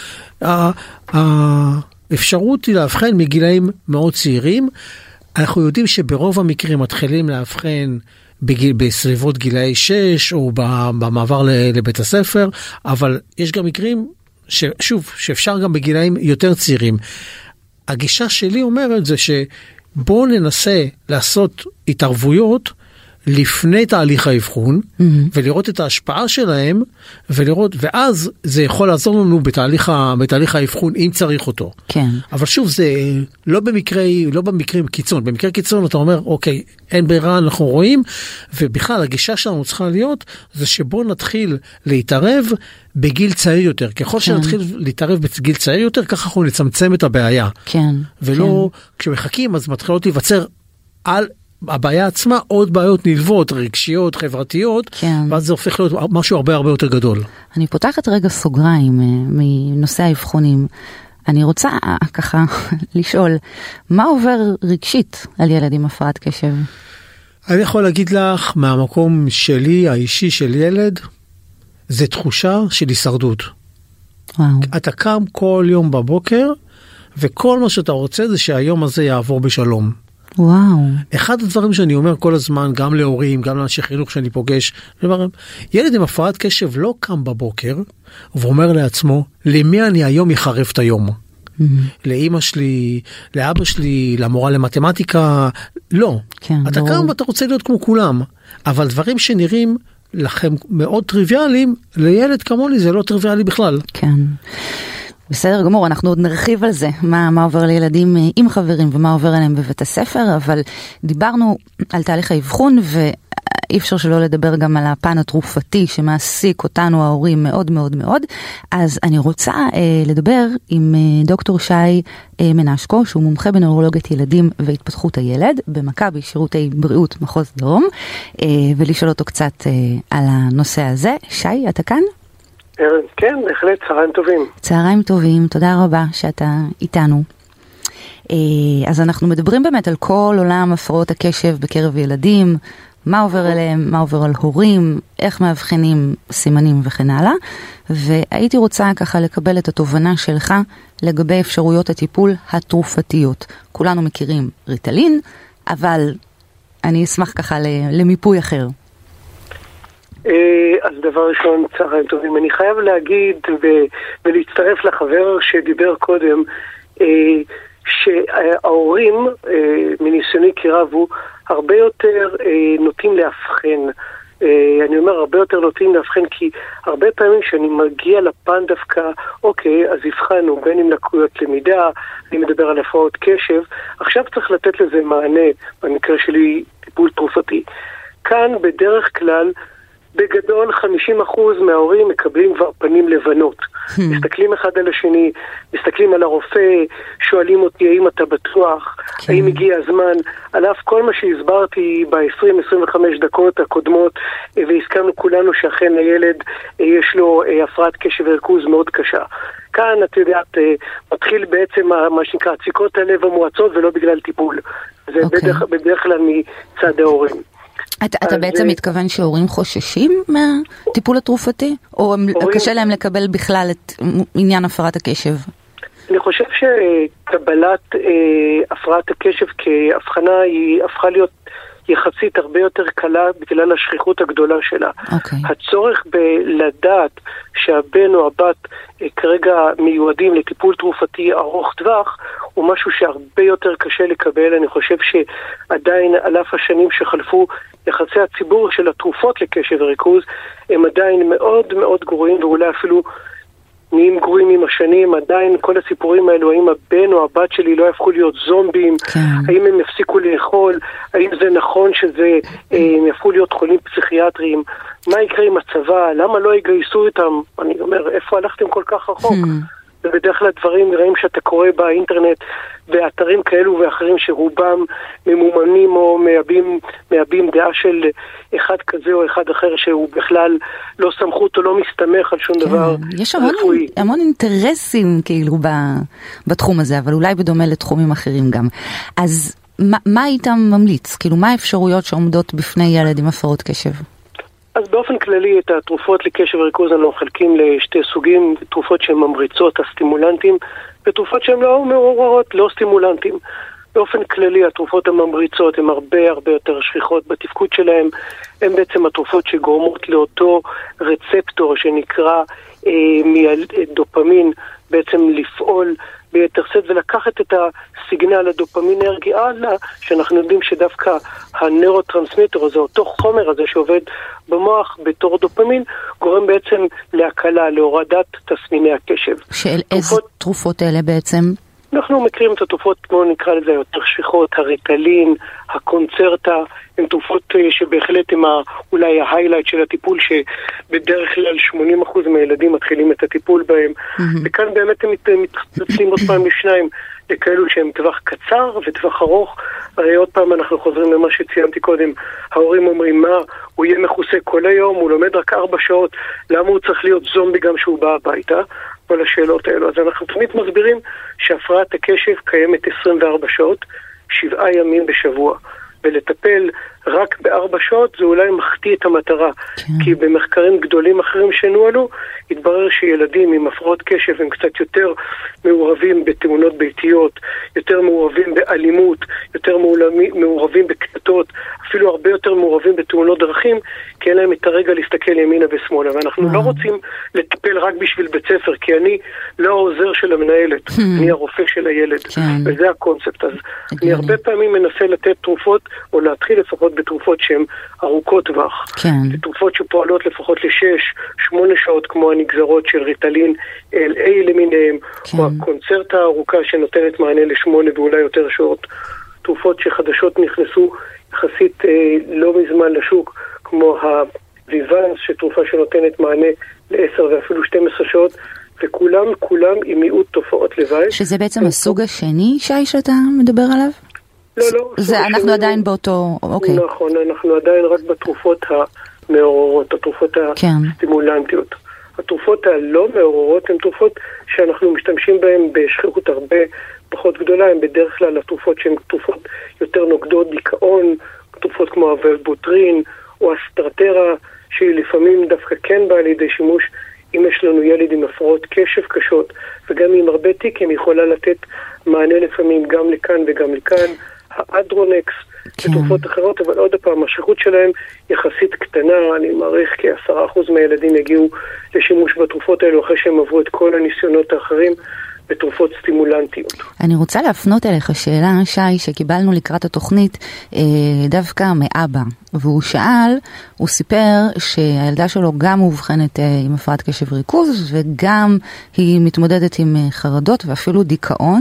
האפשרות היא להבחן מגילאים מאוד צעירים. אנחנו יודעים שברוב המקרים מתחילים להבחן בסביבות גילאי 6 או במעבר לבית הספר, אבל יש גם מקרים שוב, שאפשר גם בגילאים יותר צעירים. הגישה שלי אומרת זה שבואו ננסה לעשות התערבויות לפני תהליך האבחון, ולראות את ההשפעה שלהם, ואז זה יכול לעזור לנו בתהליך האבחון, אם צריך אותו. כן. אבל שוב, זה לא במקרים קיצון. במקרה קיצון אתה אומר, אוקיי, אין ברירה, אנחנו רואים, ובכלל, הגישה שלנו צריכה להיות, זה שבוא נתחיל להתערב בגיל צעיר יותר. ככל שנתחיל להתערב בגיל צעיר יותר, ככה אנחנו נצמצם את הבעיה. כן. ולא, כשמחכים, אז מתחילות להיווצר על הבעיה עצמה עוד בעיות נלוות, רגשיות, חברתיות, כן. ואז זה הופך להיות משהו הרבה הרבה יותר גדול. אני פותחת רגע סוגריים מנושא האבחונים. אני רוצה ככה לשאול, מה עובר רגשית על ילד עם הפרעת קשב? אני יכול להגיד לך, מהמקום שלי, האישי של ילד, זה תחושה של הישרדות. וואו. אתה קם כל יום בבוקר, וכל מה שאתה רוצה זה שהיום הזה יעבור בשלום. וואו. אחד הדברים שאני אומר כל הזמן, גם להורים, גם לאנשי חינוך שאני פוגש, ילד עם הפרעת קשב לא קם בבוקר, ואומר לעצמו, למי אני היום יחרף את היום? לאמא שלי, לאבא שלי, למורה למתמטיקה, לא. אתה קם ואתה רוצה להיות כמו כולם, אבל דברים שנראים לכם מאוד טריוויאליים, לילד כמוני זה לא טריוויאלי בכלל. כן. בסדר גמור, אנחנו עוד נרחיב על זה, מה עובר לילדים עם חברים ומה עובר עליהם בבית הספר, אבל דיברנו על תהליך האבחון ואי אפשר שלא לדבר גם על הפן התרופתי שמעסיק אותנו ההורים מאוד מאוד מאוד. אז אני רוצה לדבר עם דוקטור שי מנשקו, שהוא מומחה בנוירולוגיית ילדים והתפתחות הילד במכבי שירותי בריאות מחוז דרום, ולשאול אותו קצת על הנושא הזה. שי, אתה כאן? כן, בהחלט, צהריים טובים. צהריים טובים, תודה רבה שאתה איתנו. אז אנחנו מדברים באמת על כל עולם הפרעות הקשב בקרב ילדים, מה עובר אליהם, מה עובר על הורים, איך מאבחנים סימנים וכן הלאה, והייתי רוצה ככה לקבל את התובנה שלך לגבי אפשרויות הטיפול התרופתיות. כולנו מכירים ריטלין, אבל אני אשמח ככה למיפוי אחר. אז דבר ראשון, צהריים טובים. אני חייב להגיד ולהצטרף לחבר שדיבר קודם, שההורים, מניסיוני כרב, הוא הרבה יותר נוטים להבחן. אני אומר הרבה יותר נוטים להבחן, כי הרבה פעמים שאני מגיע לפן דווקא, אוקיי, אז הבחנו, בין עם לקויות למידה, אני מדבר על הפרעות קשב, עכשיו צריך לתת לזה מענה, במקרה שלי טיפול תרופתי. כאן בדרך כלל, בגדול 50% מההורים מקבלים כבר פנים לבנות. מסתכלים אחד על השני, מסתכלים על הרופא, שואלים אותי האם אתה בטוח, האם הגיע הזמן, על אף כל מה שהסברתי ב-20-25 דקות הקודמות, והסכמנו כולנו שאכן הילד יש לו הפרעת קשב וריכוז מאוד קשה. כאן, את יודעת, מתחיל בעצם מה שנקרא דפיקות הלב המועצות ולא בגלל טיפול. זה בדרך כלל מצד ההורים. אתה בעצם מתכוון שהורים חוששים מהטיפול התרופתי? או קשה להם לקבל בכלל את עניין הפרעת הקשב? אני חושב שקבלת הפרעת הקשב כהבחנה היא הפכה להיות יחסית הרבה יותר קלה בגלל השכיחות הגדולה שלה. הצורך בלדעת שהבן או הבת כרגע מיועדים לטיפול תרופתי ארוך טווח הוא משהו שהרבה יותר קשה לקבל. אני חושב שעדיין על אף השנים שחלפו יחסי הציבור של התרופות לקשב וריכוז הם עדיין מאוד מאוד גרועים, ואולי אפילו נהיים גרועים עם השנים. עדיין כל הסיפורים האלו, האם הבן או הבת שלי לא יהפכו להיות זומבים, האם הם יפסיקו לאכול, האם זה נכון שזה הם יהפכו להיות חולים פסיכיאטריים, מה יקרה עם הצבא, למה לא יגייסו אותם? אני אומר, איפה הלכתם כל כך רחוק? ובדרך כלל דברים נראים שאתה קורא באינטרנט באתרים כאלו ואחרים שרובם ממומנים או מייבים דעה של אחד כזה או אחד אחר שהוא בכלל לא סמכות או לא מסתמך על שום דבר. יש המון אינטרסים כאילו בתחום הזה, אבל אולי בדומה לתחומים אחרים גם. אז מה היית ממליץ? כאילו מה האפשרויות שעומדות בפני ילד עם הפרעות קשב? אז באופן כללי את התרופות לקשב וריכוז אנחנו מחלקים לשתי סוגים, תרופות שהן ממריצות, הסטימולנטים, ותרופות שהן לא מעוררות, לא סטימולנטים. באופן כללי התרופות הממריצות הן הרבה הרבה יותר שכיחות בתפקוד שלהן, הן בעצם התרופות שגורמות לאותו רצפטור שנקרא דופמין בעצם לפעול ביתר שאת ולקחת את הסיגנל הדופמינרגי הלאה, שאנחנו יודעים שדווקא הנוירוטרנסמיטר הזה, אותו חומר הזה שעובד במוח בתור דופמין, גורם בעצם להקלה, להורדת תסמיני הקשב. של איזה תרופות אלה בעצם? אנחנו מכירים את התרופות, כמו נקרא לזה יותר שכיחות, הריטלין, הקונצרטה, הן תרופות שבהחלט הם אולי ההיילייט של הטיפול, שבדרך כלל 80% מהילדים מתחילים את הטיפול בהם. וכאן באמת הם מתפצלים עוד פעם לשניים, לכאלו שהם טווח קצר וטווח ארוך. הרי עוד פעם אנחנו חוזרים למה שציינתי קודם, ההורים אומרים מה, הוא יהיה מכוסה כל היום, הוא לומד רק 4 שעות, למה הוא צריך להיות זומבי גם שהוא בא הביתה? כל השאלות האלו. אז אנחנו תמיד מסבירים שהפרעת הקשב קיימת 24 שעות, 7 ימים בשבוע, ולטפל רק ב4 שעות זה אולי מחטיא את המטרה. כי במחקרים גדולים אחרים שנועלו, התברר שילדים עם הפרעות קשב הם קצת יותר מעורבים בתאונות ביתיות, יותר מעורבים באלימות, יותר מעורבים בקטטות, אפילו הרבה יותר מעורבים בתאונות דרכים, כי אין להם את הרגע להסתכל ימינה ושמאלה. ואנחנו לא רוצים לטפל רק בשביל בית ספר, כי אני לא העוזר של המנהלת, אני הרופא של הילד. וזה הקונספט. אז אני הרבה פעמים מנסה לתת תרופות, או להתחיל לפחות בתרופות שהן ארוכות טווח. תרופות שפועלות לפחות ל6-8 שעות, כמו הנגזרות של ריטלין, LA למיניהם, או הקונצרטה הארוכה שנותנת מענה ל8 ואולי יותר שעות. תרופות שחדשות נכנסו יחסית לא מזמן לשוק, כמו הוויוונס, שתרופה שנותנת מענה ל10 ואפילו 12 שעות, וכולם עם מיעוט תופעות לוואי. שזה בעצם הסוג השני, שי, שאתה מדבר עליו? לא. אנחנו עדיין באותו, אוקיי. נכון, אנחנו עדיין רק בתרופות המעוררות, התרופות הסטימולנטיות. התרופות הלא מעוררות הן תרופות שאנחנו משתמשים בהן בשכיחות הרבה פחות גדולה, הן בדרך כלל התרופות שהן תרופות יותר נוגדות דיכאון, תרופות כמו הוולבוטרין או הסטרטרה, שהיא לפעמים דווקא כן באה לידי שימוש אם יש לנו ילד עם הפרעות קשב קשות, וגם עם הרבה טיקים יכולה לתת מענה לפעמים גם לכאן וגם לכאן. האדרונקס ותרופות אחרות, אבל עוד פעם, השכיחות שלהם יחסית קטנה, אני מעריך כ10% מהילדים יגיעו לשימוש בתרופות האלו אחרי שהם עברו את כל הניסיונות האחרים בתרופות סטימולנטיות. אני רוצה להפנות אליך שאלה, שי, שקיבלנו לקראת התוכנית דווקא מאבא, והוא הוא סיפר שהילדה שלו גם מאובחנת עם הפרעת קשב ריכוז, וגם היא מתמודדת עם חרדות ואפילו דיכאון,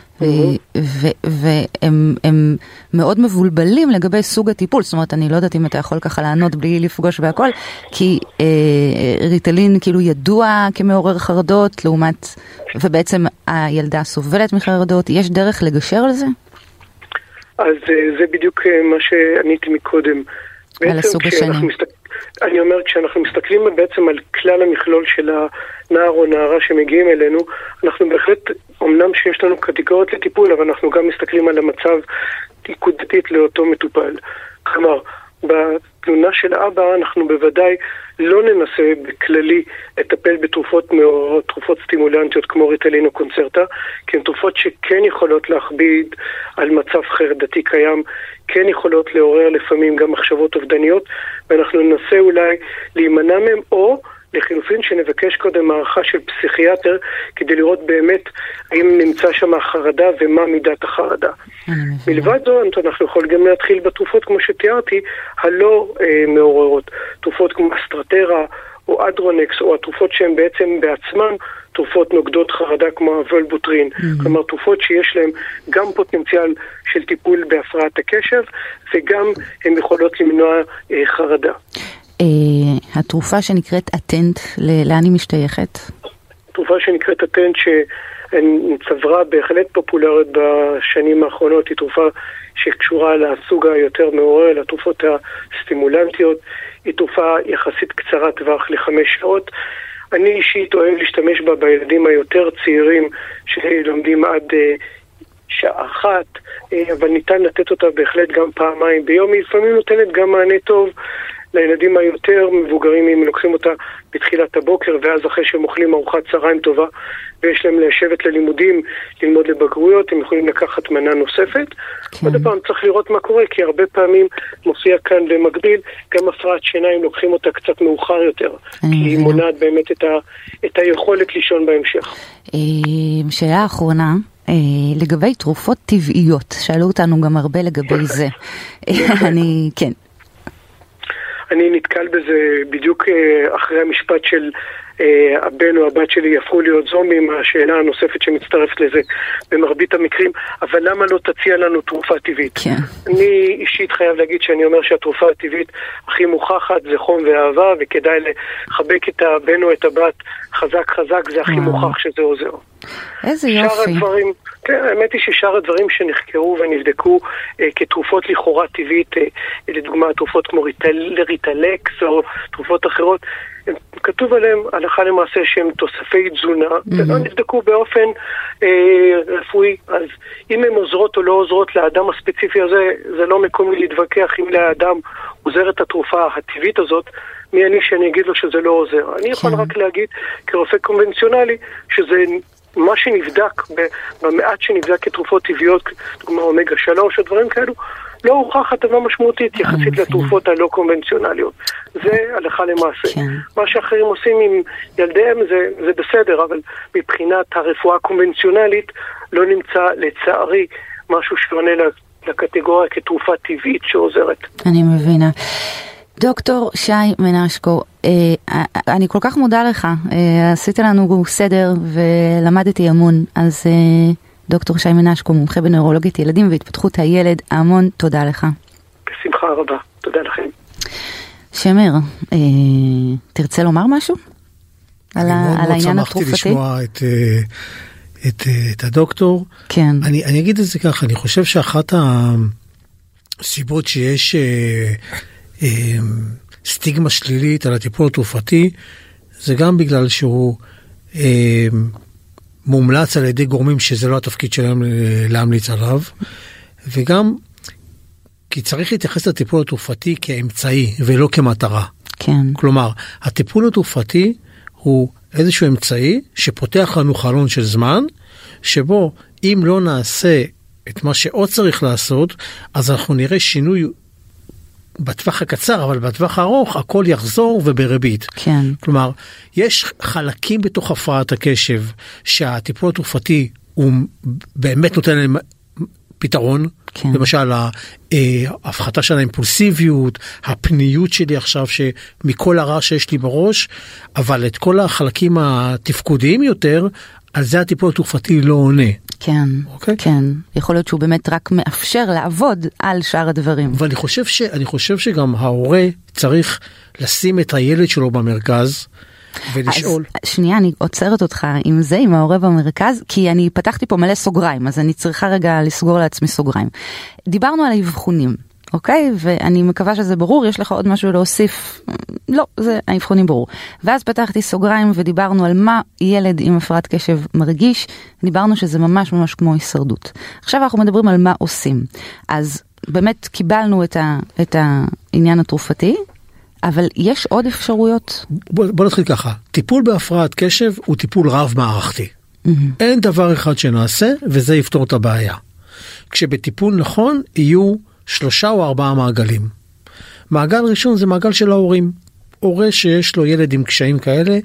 והם מאוד מבולבלים לגבי סוג הטיפול. זאת אומרת, אני לא יודעת אם אתה יכול ככה לענות בלי לפגוש והכל, כי ריטלין כאילו ידוע כמעורר חרדות, לעומת, ובעצם הילדה סובלת מחרדות. יש דרך לגשר על זה? אז זה בדיוק מה שעניתי מקודם. על הסוג השני. אני אומר, כשאנחנו מסתכלים בעצם על כלל המכלול של הנער או נערה שמגיעים אלינו, אנחנו בהחלט, אמנם שיש לנו קטגוריות לטיפול, אבל אנחנו גם מסתכלים על המצב נקודתית לאותו מטופל. כלומר, בתלונה של אבא אנחנו בוודאי לא ננסה בכללי לטפל בתרופות מעוררות, תרופות סטימולנטיות כמו ריטלין או קונצרטה, כי הן תרופות שכן יכולות להכביד על מצב חרדתי קיים, כן יכולות לעורר לפעמים גם מחשבות אובדניות, ואנחנו ננסה אולי להימנע מהם, או לחילופין שנבקש קודם הערכה של פסיכיאטר, כדי לראות באמת האם נמצא שם החרדה ומה מידת החרדה. מלבד זו, אנחנו יכולים גם להתחיל בתרופות, כמו שתיארתי, הלא מעוררות. תרופות כמו אסטרטרה או אדרונקס, או התרופות שהן בעצם בעצמן תרופות נוגדות חרדה כמו הוולבוטרין. כלומר, תרופות שיש להן גם פוטנציאל של טיפול בהפרעת הקשב, וגם הן יכולות למנוע חרדה. התרופה שנקראת אטנט, לאן היא משתייכת? תרופה שנקראת אטנט שצברה בהחלט פופולרית בשנים האחרונות, היא תרופה שקשורה לסוג היותר מעורר, לתרופות הסטימולנטיות, היא תרופה יחסית קצרת טווח ל5 שעות. אני אישית אוהב להשתמש בה בילדים היותר צעירים שלומדים עד שעה אחת, אבל ניתן לתת אותה בהחלט גם פעמיים ביום. היא לפעמים נותנת גם מענה טוב לילדים היותר מבוגרים, אם לוקחים אותה בתחילת הבוקר, ואז אחרי שהם אוכלים ארוחת צהריים טובה, ויש להם לשבת ללימודים, ללמוד לבגרויות, הם יכולים לקחת מנה נוספת. עוד פעם צריך לראות מה קורה, כי הרבה פעמים מופיע כאן במקביל, גם הפרעת שיניים לוקחים אותה קצת מאוחר יותר, כי היא מונעת באמת את היכולת לישון בהמשך. שאלה האחרונה, לגבי תרופות טבעיות, שאלו אותנו גם הרבה לגבי זה. כן. אני נתקל בזה בדיוק אחרי המשפט של הבן או הבת שלי יהפכו להיות זומבים, השאלה הנוספת שמצטרפת לזה במרבית המקרים, אבל למה לא תציע לנו תרופה טבעית? כן. אני אישית חייב להגיד שאני אומר שהתרופה הטבעית הכי מוכחת זה חום ואהבה, וכדאי לחבק את הבן או את הבת חזק חזק, זה הכי מוכח שזה עוזר. איזה יופי. כן, האמת היא ששאר הדברים שנחקרו ונבדקו כתרופות לכאורה טבעית, לדוגמה תרופות כמו ריטלקס או תרופות אחרות, כתוב עליהם הלכה למעשה שהם תוספי תזונה, ולא נבדקו באופן רפואי. אז אם הן עוזרות או לא עוזרות לאדם הספציפי הזה, זה לא מקום לי להתווכח אם לאדם עוזרת התרופה הטבעית הזאת, מי אני שאני אגיד לו שזה לא עוזר. אני יכול רק להגיד כרופא קונבנציונלי שזה מה שנבדק, במעט שנבדק כתרופות טבעיות, דוגמה אומגה 3 או דברים כאלו, לא הוכח הטבה משמעותית יחסית לתרופות הלא קונבנציונליות. זה הלכה למעשה. מה שאחרים עושים עם ילדיהם זה בסדר, אבל מבחינת הרפואה הקונבנציונלית לא נמצא לצערי משהו שעונה לקטגוריה כתרופה טבעית שעוזרת. אני מבינה. דוקטור שי מנשקו, אני כל כך מודה לך, עשית לנו סדר ולמדתי המון, אז דוקטור שי מנשקו, מומחה בנוירולוגית ילדים והתפתחות הילד, המון תודה לך. בשמחה רבה, תודה לכם. שמר, תרצה לומר משהו? על העניין התרופתי? אני מאוד שמחתי לשמוע את הדוקטור. כן. אני אגיד את זה ככה, אני חושב שאחת הסיבות שיש סטיגמה שלילית על הטיפול התרופתי, זה גם בגלל שהוא מומלץ על ידי גורמים שזה לא התפקיד שלהם להמליץ עליו, וגם כי צריך להתייחס לטיפול התרופתי כאמצעי ולא כמטרה. כן. כלומר, הטיפול התרופתי הוא איזשהו אמצעי שפותח לנו חלון של זמן, שבו אם לא נעשה את מה שעוד צריך לעשות, אז אנחנו נראה שינוי בטווח הקצר, אבל בטווח הארוך הכל יחזור ובריבית. כן. כלומר, יש חלקים בתוך הפרעת הקשב שהטיפול התרופתי הוא באמת נותן להם פתרון, כן. למשל ההפחתה של האימפולסיביות, הפניות שלי עכשיו שמכל הרע שיש לי בראש, אבל את כל החלקים התפקודיים יותר, על זה הטיפול התרופתי לא עונה. כן, כן. יכול להיות שהוא באמת רק מאפשר לעבוד על שאר הדברים. ואני חושב שגם ההורה צריך לשים את הילד שלו במרכז, ולשאול. אז שנייה, אני עוצרת אותך עם זה, עם ההורה במרכז, כי אני פתחתי פה מלא סוגריים, אז אני צריכה רגע לסגור לעצמי סוגריים. דיברנו על האבחונים, אוקיי? ואני מקווה שזה ברור, יש לך עוד משהו להוסיף? לא, זה האבחונים ברור. ואז פתחתי סוגריים ודיברנו על מה ילד עם הפרעת קשב מרגיש, דיברנו שזה ממש ממש כמו הישרדות. עכשיו אנחנו מדברים על מה עושים. אז באמת קיבלנו את העניין התרופתי, אבל יש עוד אפשרויות? בוא נתחיל ככה. טיפול בהפרעת קשב הוא טיפול רב מערכתי. אין דבר אחד שנעשה, וזה יפתור את הבעיה. כשבטיפול נכון, יהיו 3 או 4 מעגלים. מעגל ראשון זה מעגל של ההורים. הורה שיש לו ילד עם קשיים כאלה,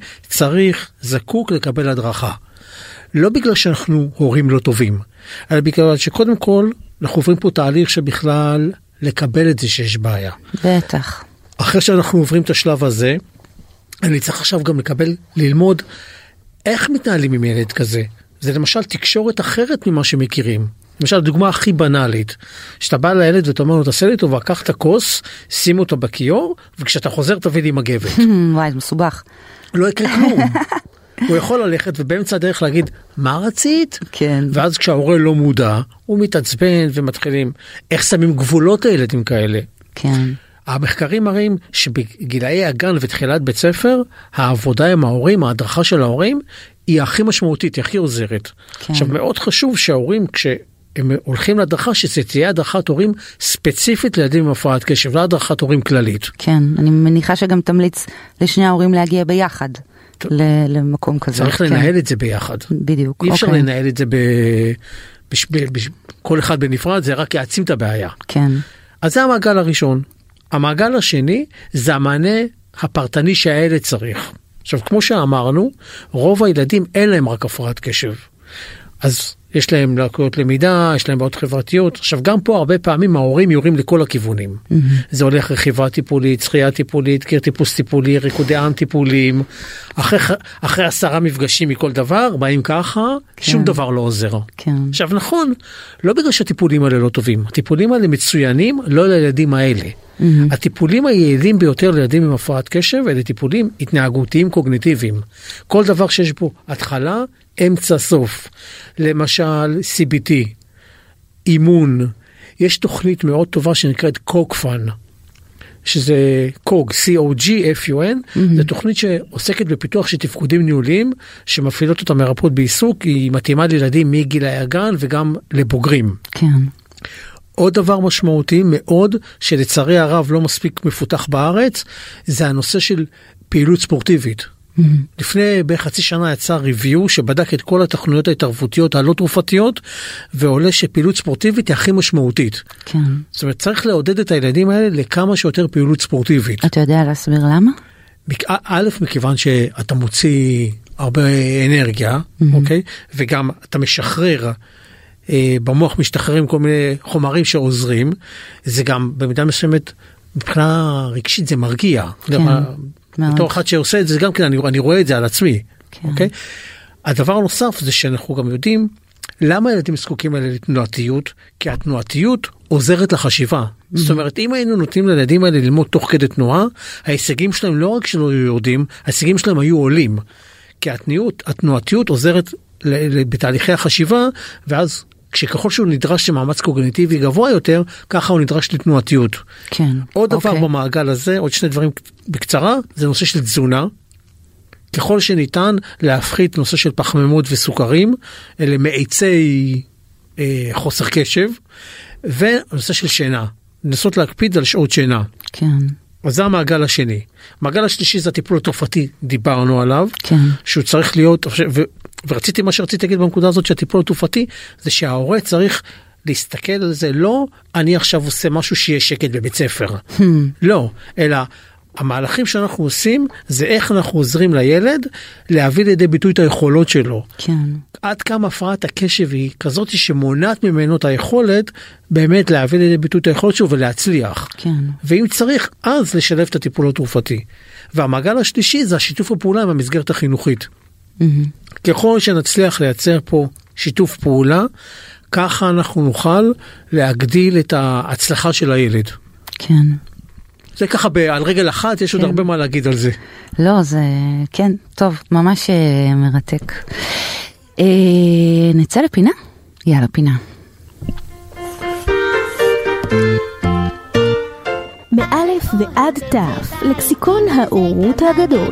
זקוק לקבל הדרכה. לא בגלל שאנחנו הורים לא טובים, אלא בגלל שקודם כל, אנחנו עוברים פה תהליך שבכלל לקבל את זה שיש בעיה. בטח. אחרי שאנחנו עוברים את השלב הזה, אני צריך עכשיו גם ללמוד איך מתנהלים עם ילד כזה. זה למשל תקשורת אחרת ממה שמכירים. למשל, דוגמה הכי בנאלית, שאתה בא לילד ואתה אומר לו, תעשה לי טובה, קח את הכוס, שים אותו בכיור, וכשאתה חוזר תביא לי מגבת. וואי, זה מסובך. לא יקרה כלום. הוא יכול ללכת ובאמצע הדרך להגיד, מה רצית? כן. ואז כשההורה לא מודע, הוא מתעצבן ומתחילים, איך שמים גבולות הילדים כאלה? כן. המחקרים מראים שבגילאי הגן ותחילת בית ספר, העבודה עם ההורים, ההדרכה של ההורים, היא הכי משמעותית, היא הכי עוזרת. כן. עכשיו, מאוד חשוב שההורים, כשהם הולכים להדרכה, שזה תהיה הדרכת הורים ספציפית לילדים עם הפרעת קשב, לא הדרכת הורים כללית. כן, אני מניחה שגם תמליץ לשני ההורים להגיע ביחד למקום כזה. צריך לנהל את זה ביחד. בדיוק. אי אפשר לנהל את זה כל אחד בנפרד, זה רק יעצים את הבעיה. כן. אז זה המעגל הראשון. המעגל השני זה המענה הפרטני שהילד צריך. עכשיו, כמו שאמרנו, רוב הילדים אין להם רק הפרעת קשב. אז יש להם לקויות למידה, יש להם בעיות חברתיות. עכשיו, גם פה הרבה פעמים ההורים יורים לכל הכיוונים. זה הולך רכיבה טיפולית, שחייה טיפולית, קיר טיפוס טיפולי, ריקודי עם טיפוליים. אחרי 10 מפגשים מכל דבר, באים ככה, שום דבר לא עוזר. עכשיו, נכון, לא בגלל שהטיפולים האלה לא טובים. הטיפולים האלה מצוינים, לא לילדים האלה. הטיפולים היעילים ביותר לילדים עם הפרעת קשב, אלה טיפולים התנהגותיים קוגניטיביים. כל דבר שיש בו התחלה, אמצע סוף. למשל, CBT, אימון. יש תוכנית מאוד טובה שנקראת קוקפן, שזה COG, C-O-G-F-U-N, זו תוכנית שעוסקת בפיתוח של תפקודים ניהוליים, שמפעילות אותה מרפאות בעיסוק, היא מתאימה לילדים מגילי הגן וגם לבוגרים. כן. עוד דבר משמעותי מאוד, שלצערי הרב לא מספיק מפותח בארץ, זה הנושא של פעילות ספורטיבית. לפני בחצי שנה יצא ריוויו שבדק את כל התוכניות ההתערבותיות הלא תרופתיות, ועולה שפעילות ספורטיבית היא הכי משמעותית. כן. זאת אומרת, צריך לעודד את הילדים האלה לכמה שיותר פעילות ספורטיבית. אתה יודע להסביר למה? א', מכיוון שאתה מוציא הרבה אנרגיה, אוקיי? וגם אתה משחרר, במוח משתחררים כל מיני חומרים שעוזרים, זה גם במידה מסוימת, מבחינה רגשית זה מרגיע. כן. בתור אחד שעושה את זה, גם כן, אני רואה את זה על עצמי. כן. אוקיי? הדבר הנוסף זה שאנחנו גם יודעים למה ילדים זקוקים האלה לתנועתיות, כי התנועתיות עוזרת לחשיבה. זאת אומרת, אם היינו נותנים לילדים האלה ללמוד תוך כדי תנועה, ההישגים שלהם לא רק שלא היו יורדים, ההישגים שלהם היו עולים. כי התנועתיות עוזרת בתהליכי החשיבה, ואז כשככל שהוא נדרש למאמץ קוגניטיבי גבוה יותר, ככה הוא נדרש לתנועתיות. כן. עוד דבר במעגל הזה, עוד שני דברים בקצרה, זה נושא של תזונה. ככל שניתן להפחית נושא של פחמימות וסוכרים, אלה מאיצי חוסר קשב, ונושא של שינה. לנסות להקפיד על שעות שינה. כן. אז זה המעגל השני. המעגל השלישי זה הטיפול התרופתי, דיברנו עליו, כן. שהוא צריך להיות, ורציתי מה שרציתי להגיד בנקודה הזאת, שהטיפול התרופתי, זה שההורה צריך להסתכל על זה, לא אני עכשיו עושה משהו שיהיה שקט בבית ספר. לא, אלא המהלכים שאנחנו עושים, זה איך אנחנו עוזרים לילד להביא לידי ביטוי את היכולות שלו. כן. עד כמה הפרעת הקשב היא כזאת שמונעת ממנו את היכולת באמת להביא לידי ביטוי את היכולת שלו ולהצליח. כן. ואם צריך, אז לשלב את הטיפול התרופתי. והמעגל השלישי זה השיתוף הפעולה עם המסגרת החינוכית. ככל שנצליח לייצר פה שיתוף פעולה, ככה אנחנו נוכל להגדיל את ההצלחה של הילד. כן. זה ככה על רגל אחת, יש עוד הרבה מה להגיד על זה. לא, זה כן, טוב, ממש מרתק. נצא לפינה? יאללה, פינה. מאלף ועד תף, לקסיקון האורות הגדול.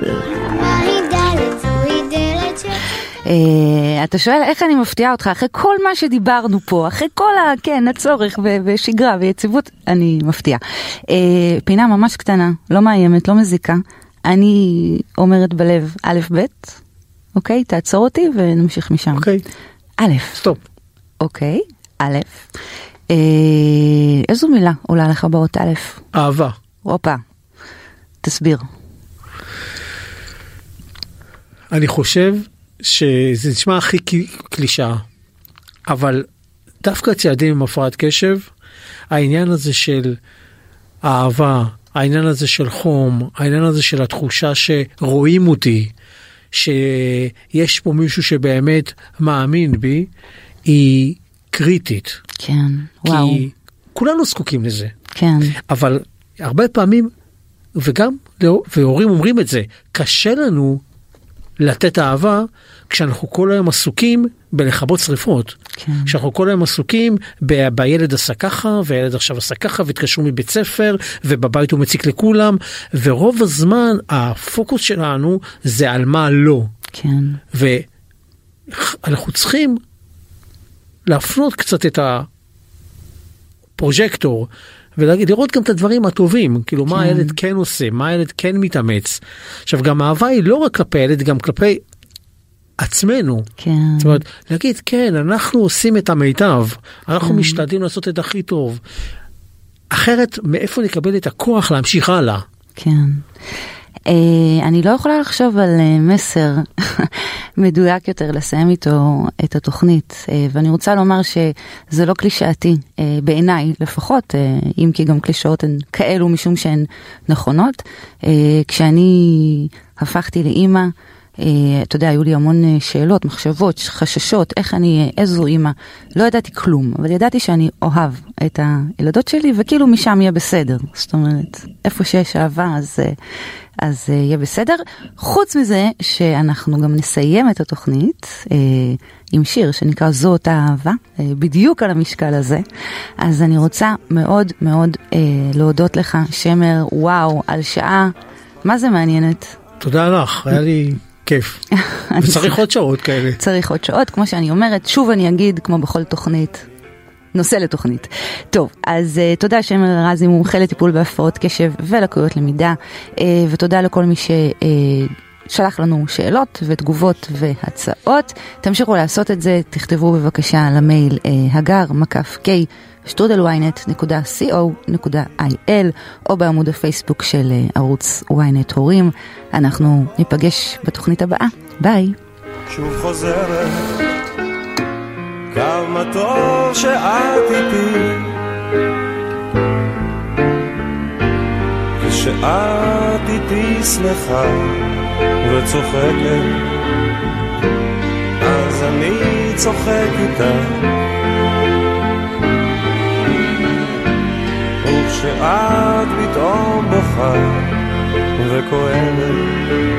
אתה שואל איך אני מפתיעה אותך אחרי כל מה שדיברנו פה, אחרי כל הצורך ושגרה ויציבות, אני מפתיעה. פינה ממש קטנה, לא מאיימת, לא מזיקה. אני אומרת בלב א' ב', אוקיי? תעצור אותי ונמשיך משם. אוקיי. א'. סטופ. אוקיי, א'. איזו מילה עולה לך באות א'? אהבה. אופה, תסביר. אני חושב שזה נשמע הכי קלישאה, אבל דווקא צעדים עם הפרעת קשב, העניין הזה של אהבה, העניין הזה של חום, העניין הזה של התחושה שרואים אותי, שיש פה מישהו שבאמת מאמין בי, היא קריטית. כן, וואו. כי כולנו זקוקים לזה. כן. אבל הרבה פעמים, והורים אומרים את זה, קשה לנו לתת אהבה כשאנחנו כל היום עסוקים בלכבות שריפות. כן. כשאנחנו כל היום עסוקים בילד עשה ככה, והילד עכשיו עשה ככה, והתקשרו מבית ספר, ובבית הוא מציק לכולם, ורוב הזמן הפוקוס שלנו זה על מה לא. כן. ואנחנו צריכים להפנות קצת את הפרוז'קטור, ולראות גם את הדברים הטובים, כאילו מה הילד כן עושה, מה הילד כן מתאמץ. עכשיו גם האהבה היא לא רק כלפי הילד, גם כלפי עצמנו. כן. זאת אומרת, להגיד, כן, אנחנו עושים את המיטב, אנחנו משתדלים לעשות את הכי טוב. אחרת, מאיפה נקבל את הכוח להמשיך הלאה? כן. אני לא יכולה לחשוב על מסר מדויק יותר לסיים איתו את התוכנית, ואני רוצה לומר שזה לא קלישאתי, בעיניי לפחות, אם כי גם קלישאות הן כאלו משום שהן נכונות. כשאני הפכתי לאימא אתה יודע, היו לי המון שאלות, מחשבות, חששות, איך אני, איזו אימא, לא ידעתי כלום, אבל ידעתי שאני אוהב את הילדות שלי, וכאילו משם יהיה בסדר. זאת אומרת, איפה שיש אהבה, אז יהיה בסדר. חוץ מזה שאנחנו גם נסיים את התוכנית עם שיר שנקרא זאת האהבה, בדיוק על המשקל הזה. אז אני רוצה מאוד מאוד להודות לך, שמר, וואו, על שעה, מה זה מעניינת? תודה לך, היה לי כיף. וצריך עוד שעות כאלה. צריך עוד שעות, כמו שאני אומרת, שוב אני אגיד, כמו בכל תוכנית, נושא לתוכנית. טוב, אז תודה שמר רזי, מומחה לטיפול בהפרעות קשב ולקויות למידה, ותודה לכל מי ששלח לנו שאלות ותגובות והצעות. תמשיכו לעשות את זה, תכתבו בבקשה למייל hagar@ynet.co.il או בעמוד הפייסבוק של ערוץ ynet הורים. אנחנו ניפגש בתוכנית הבאה. ביי. שוב חוזרת כמה טוב שאת איתי, כשאת איתי שמחה וצוחקת, אז אני צוחק איתה, וכשאת פתאום בוכה וכואבת,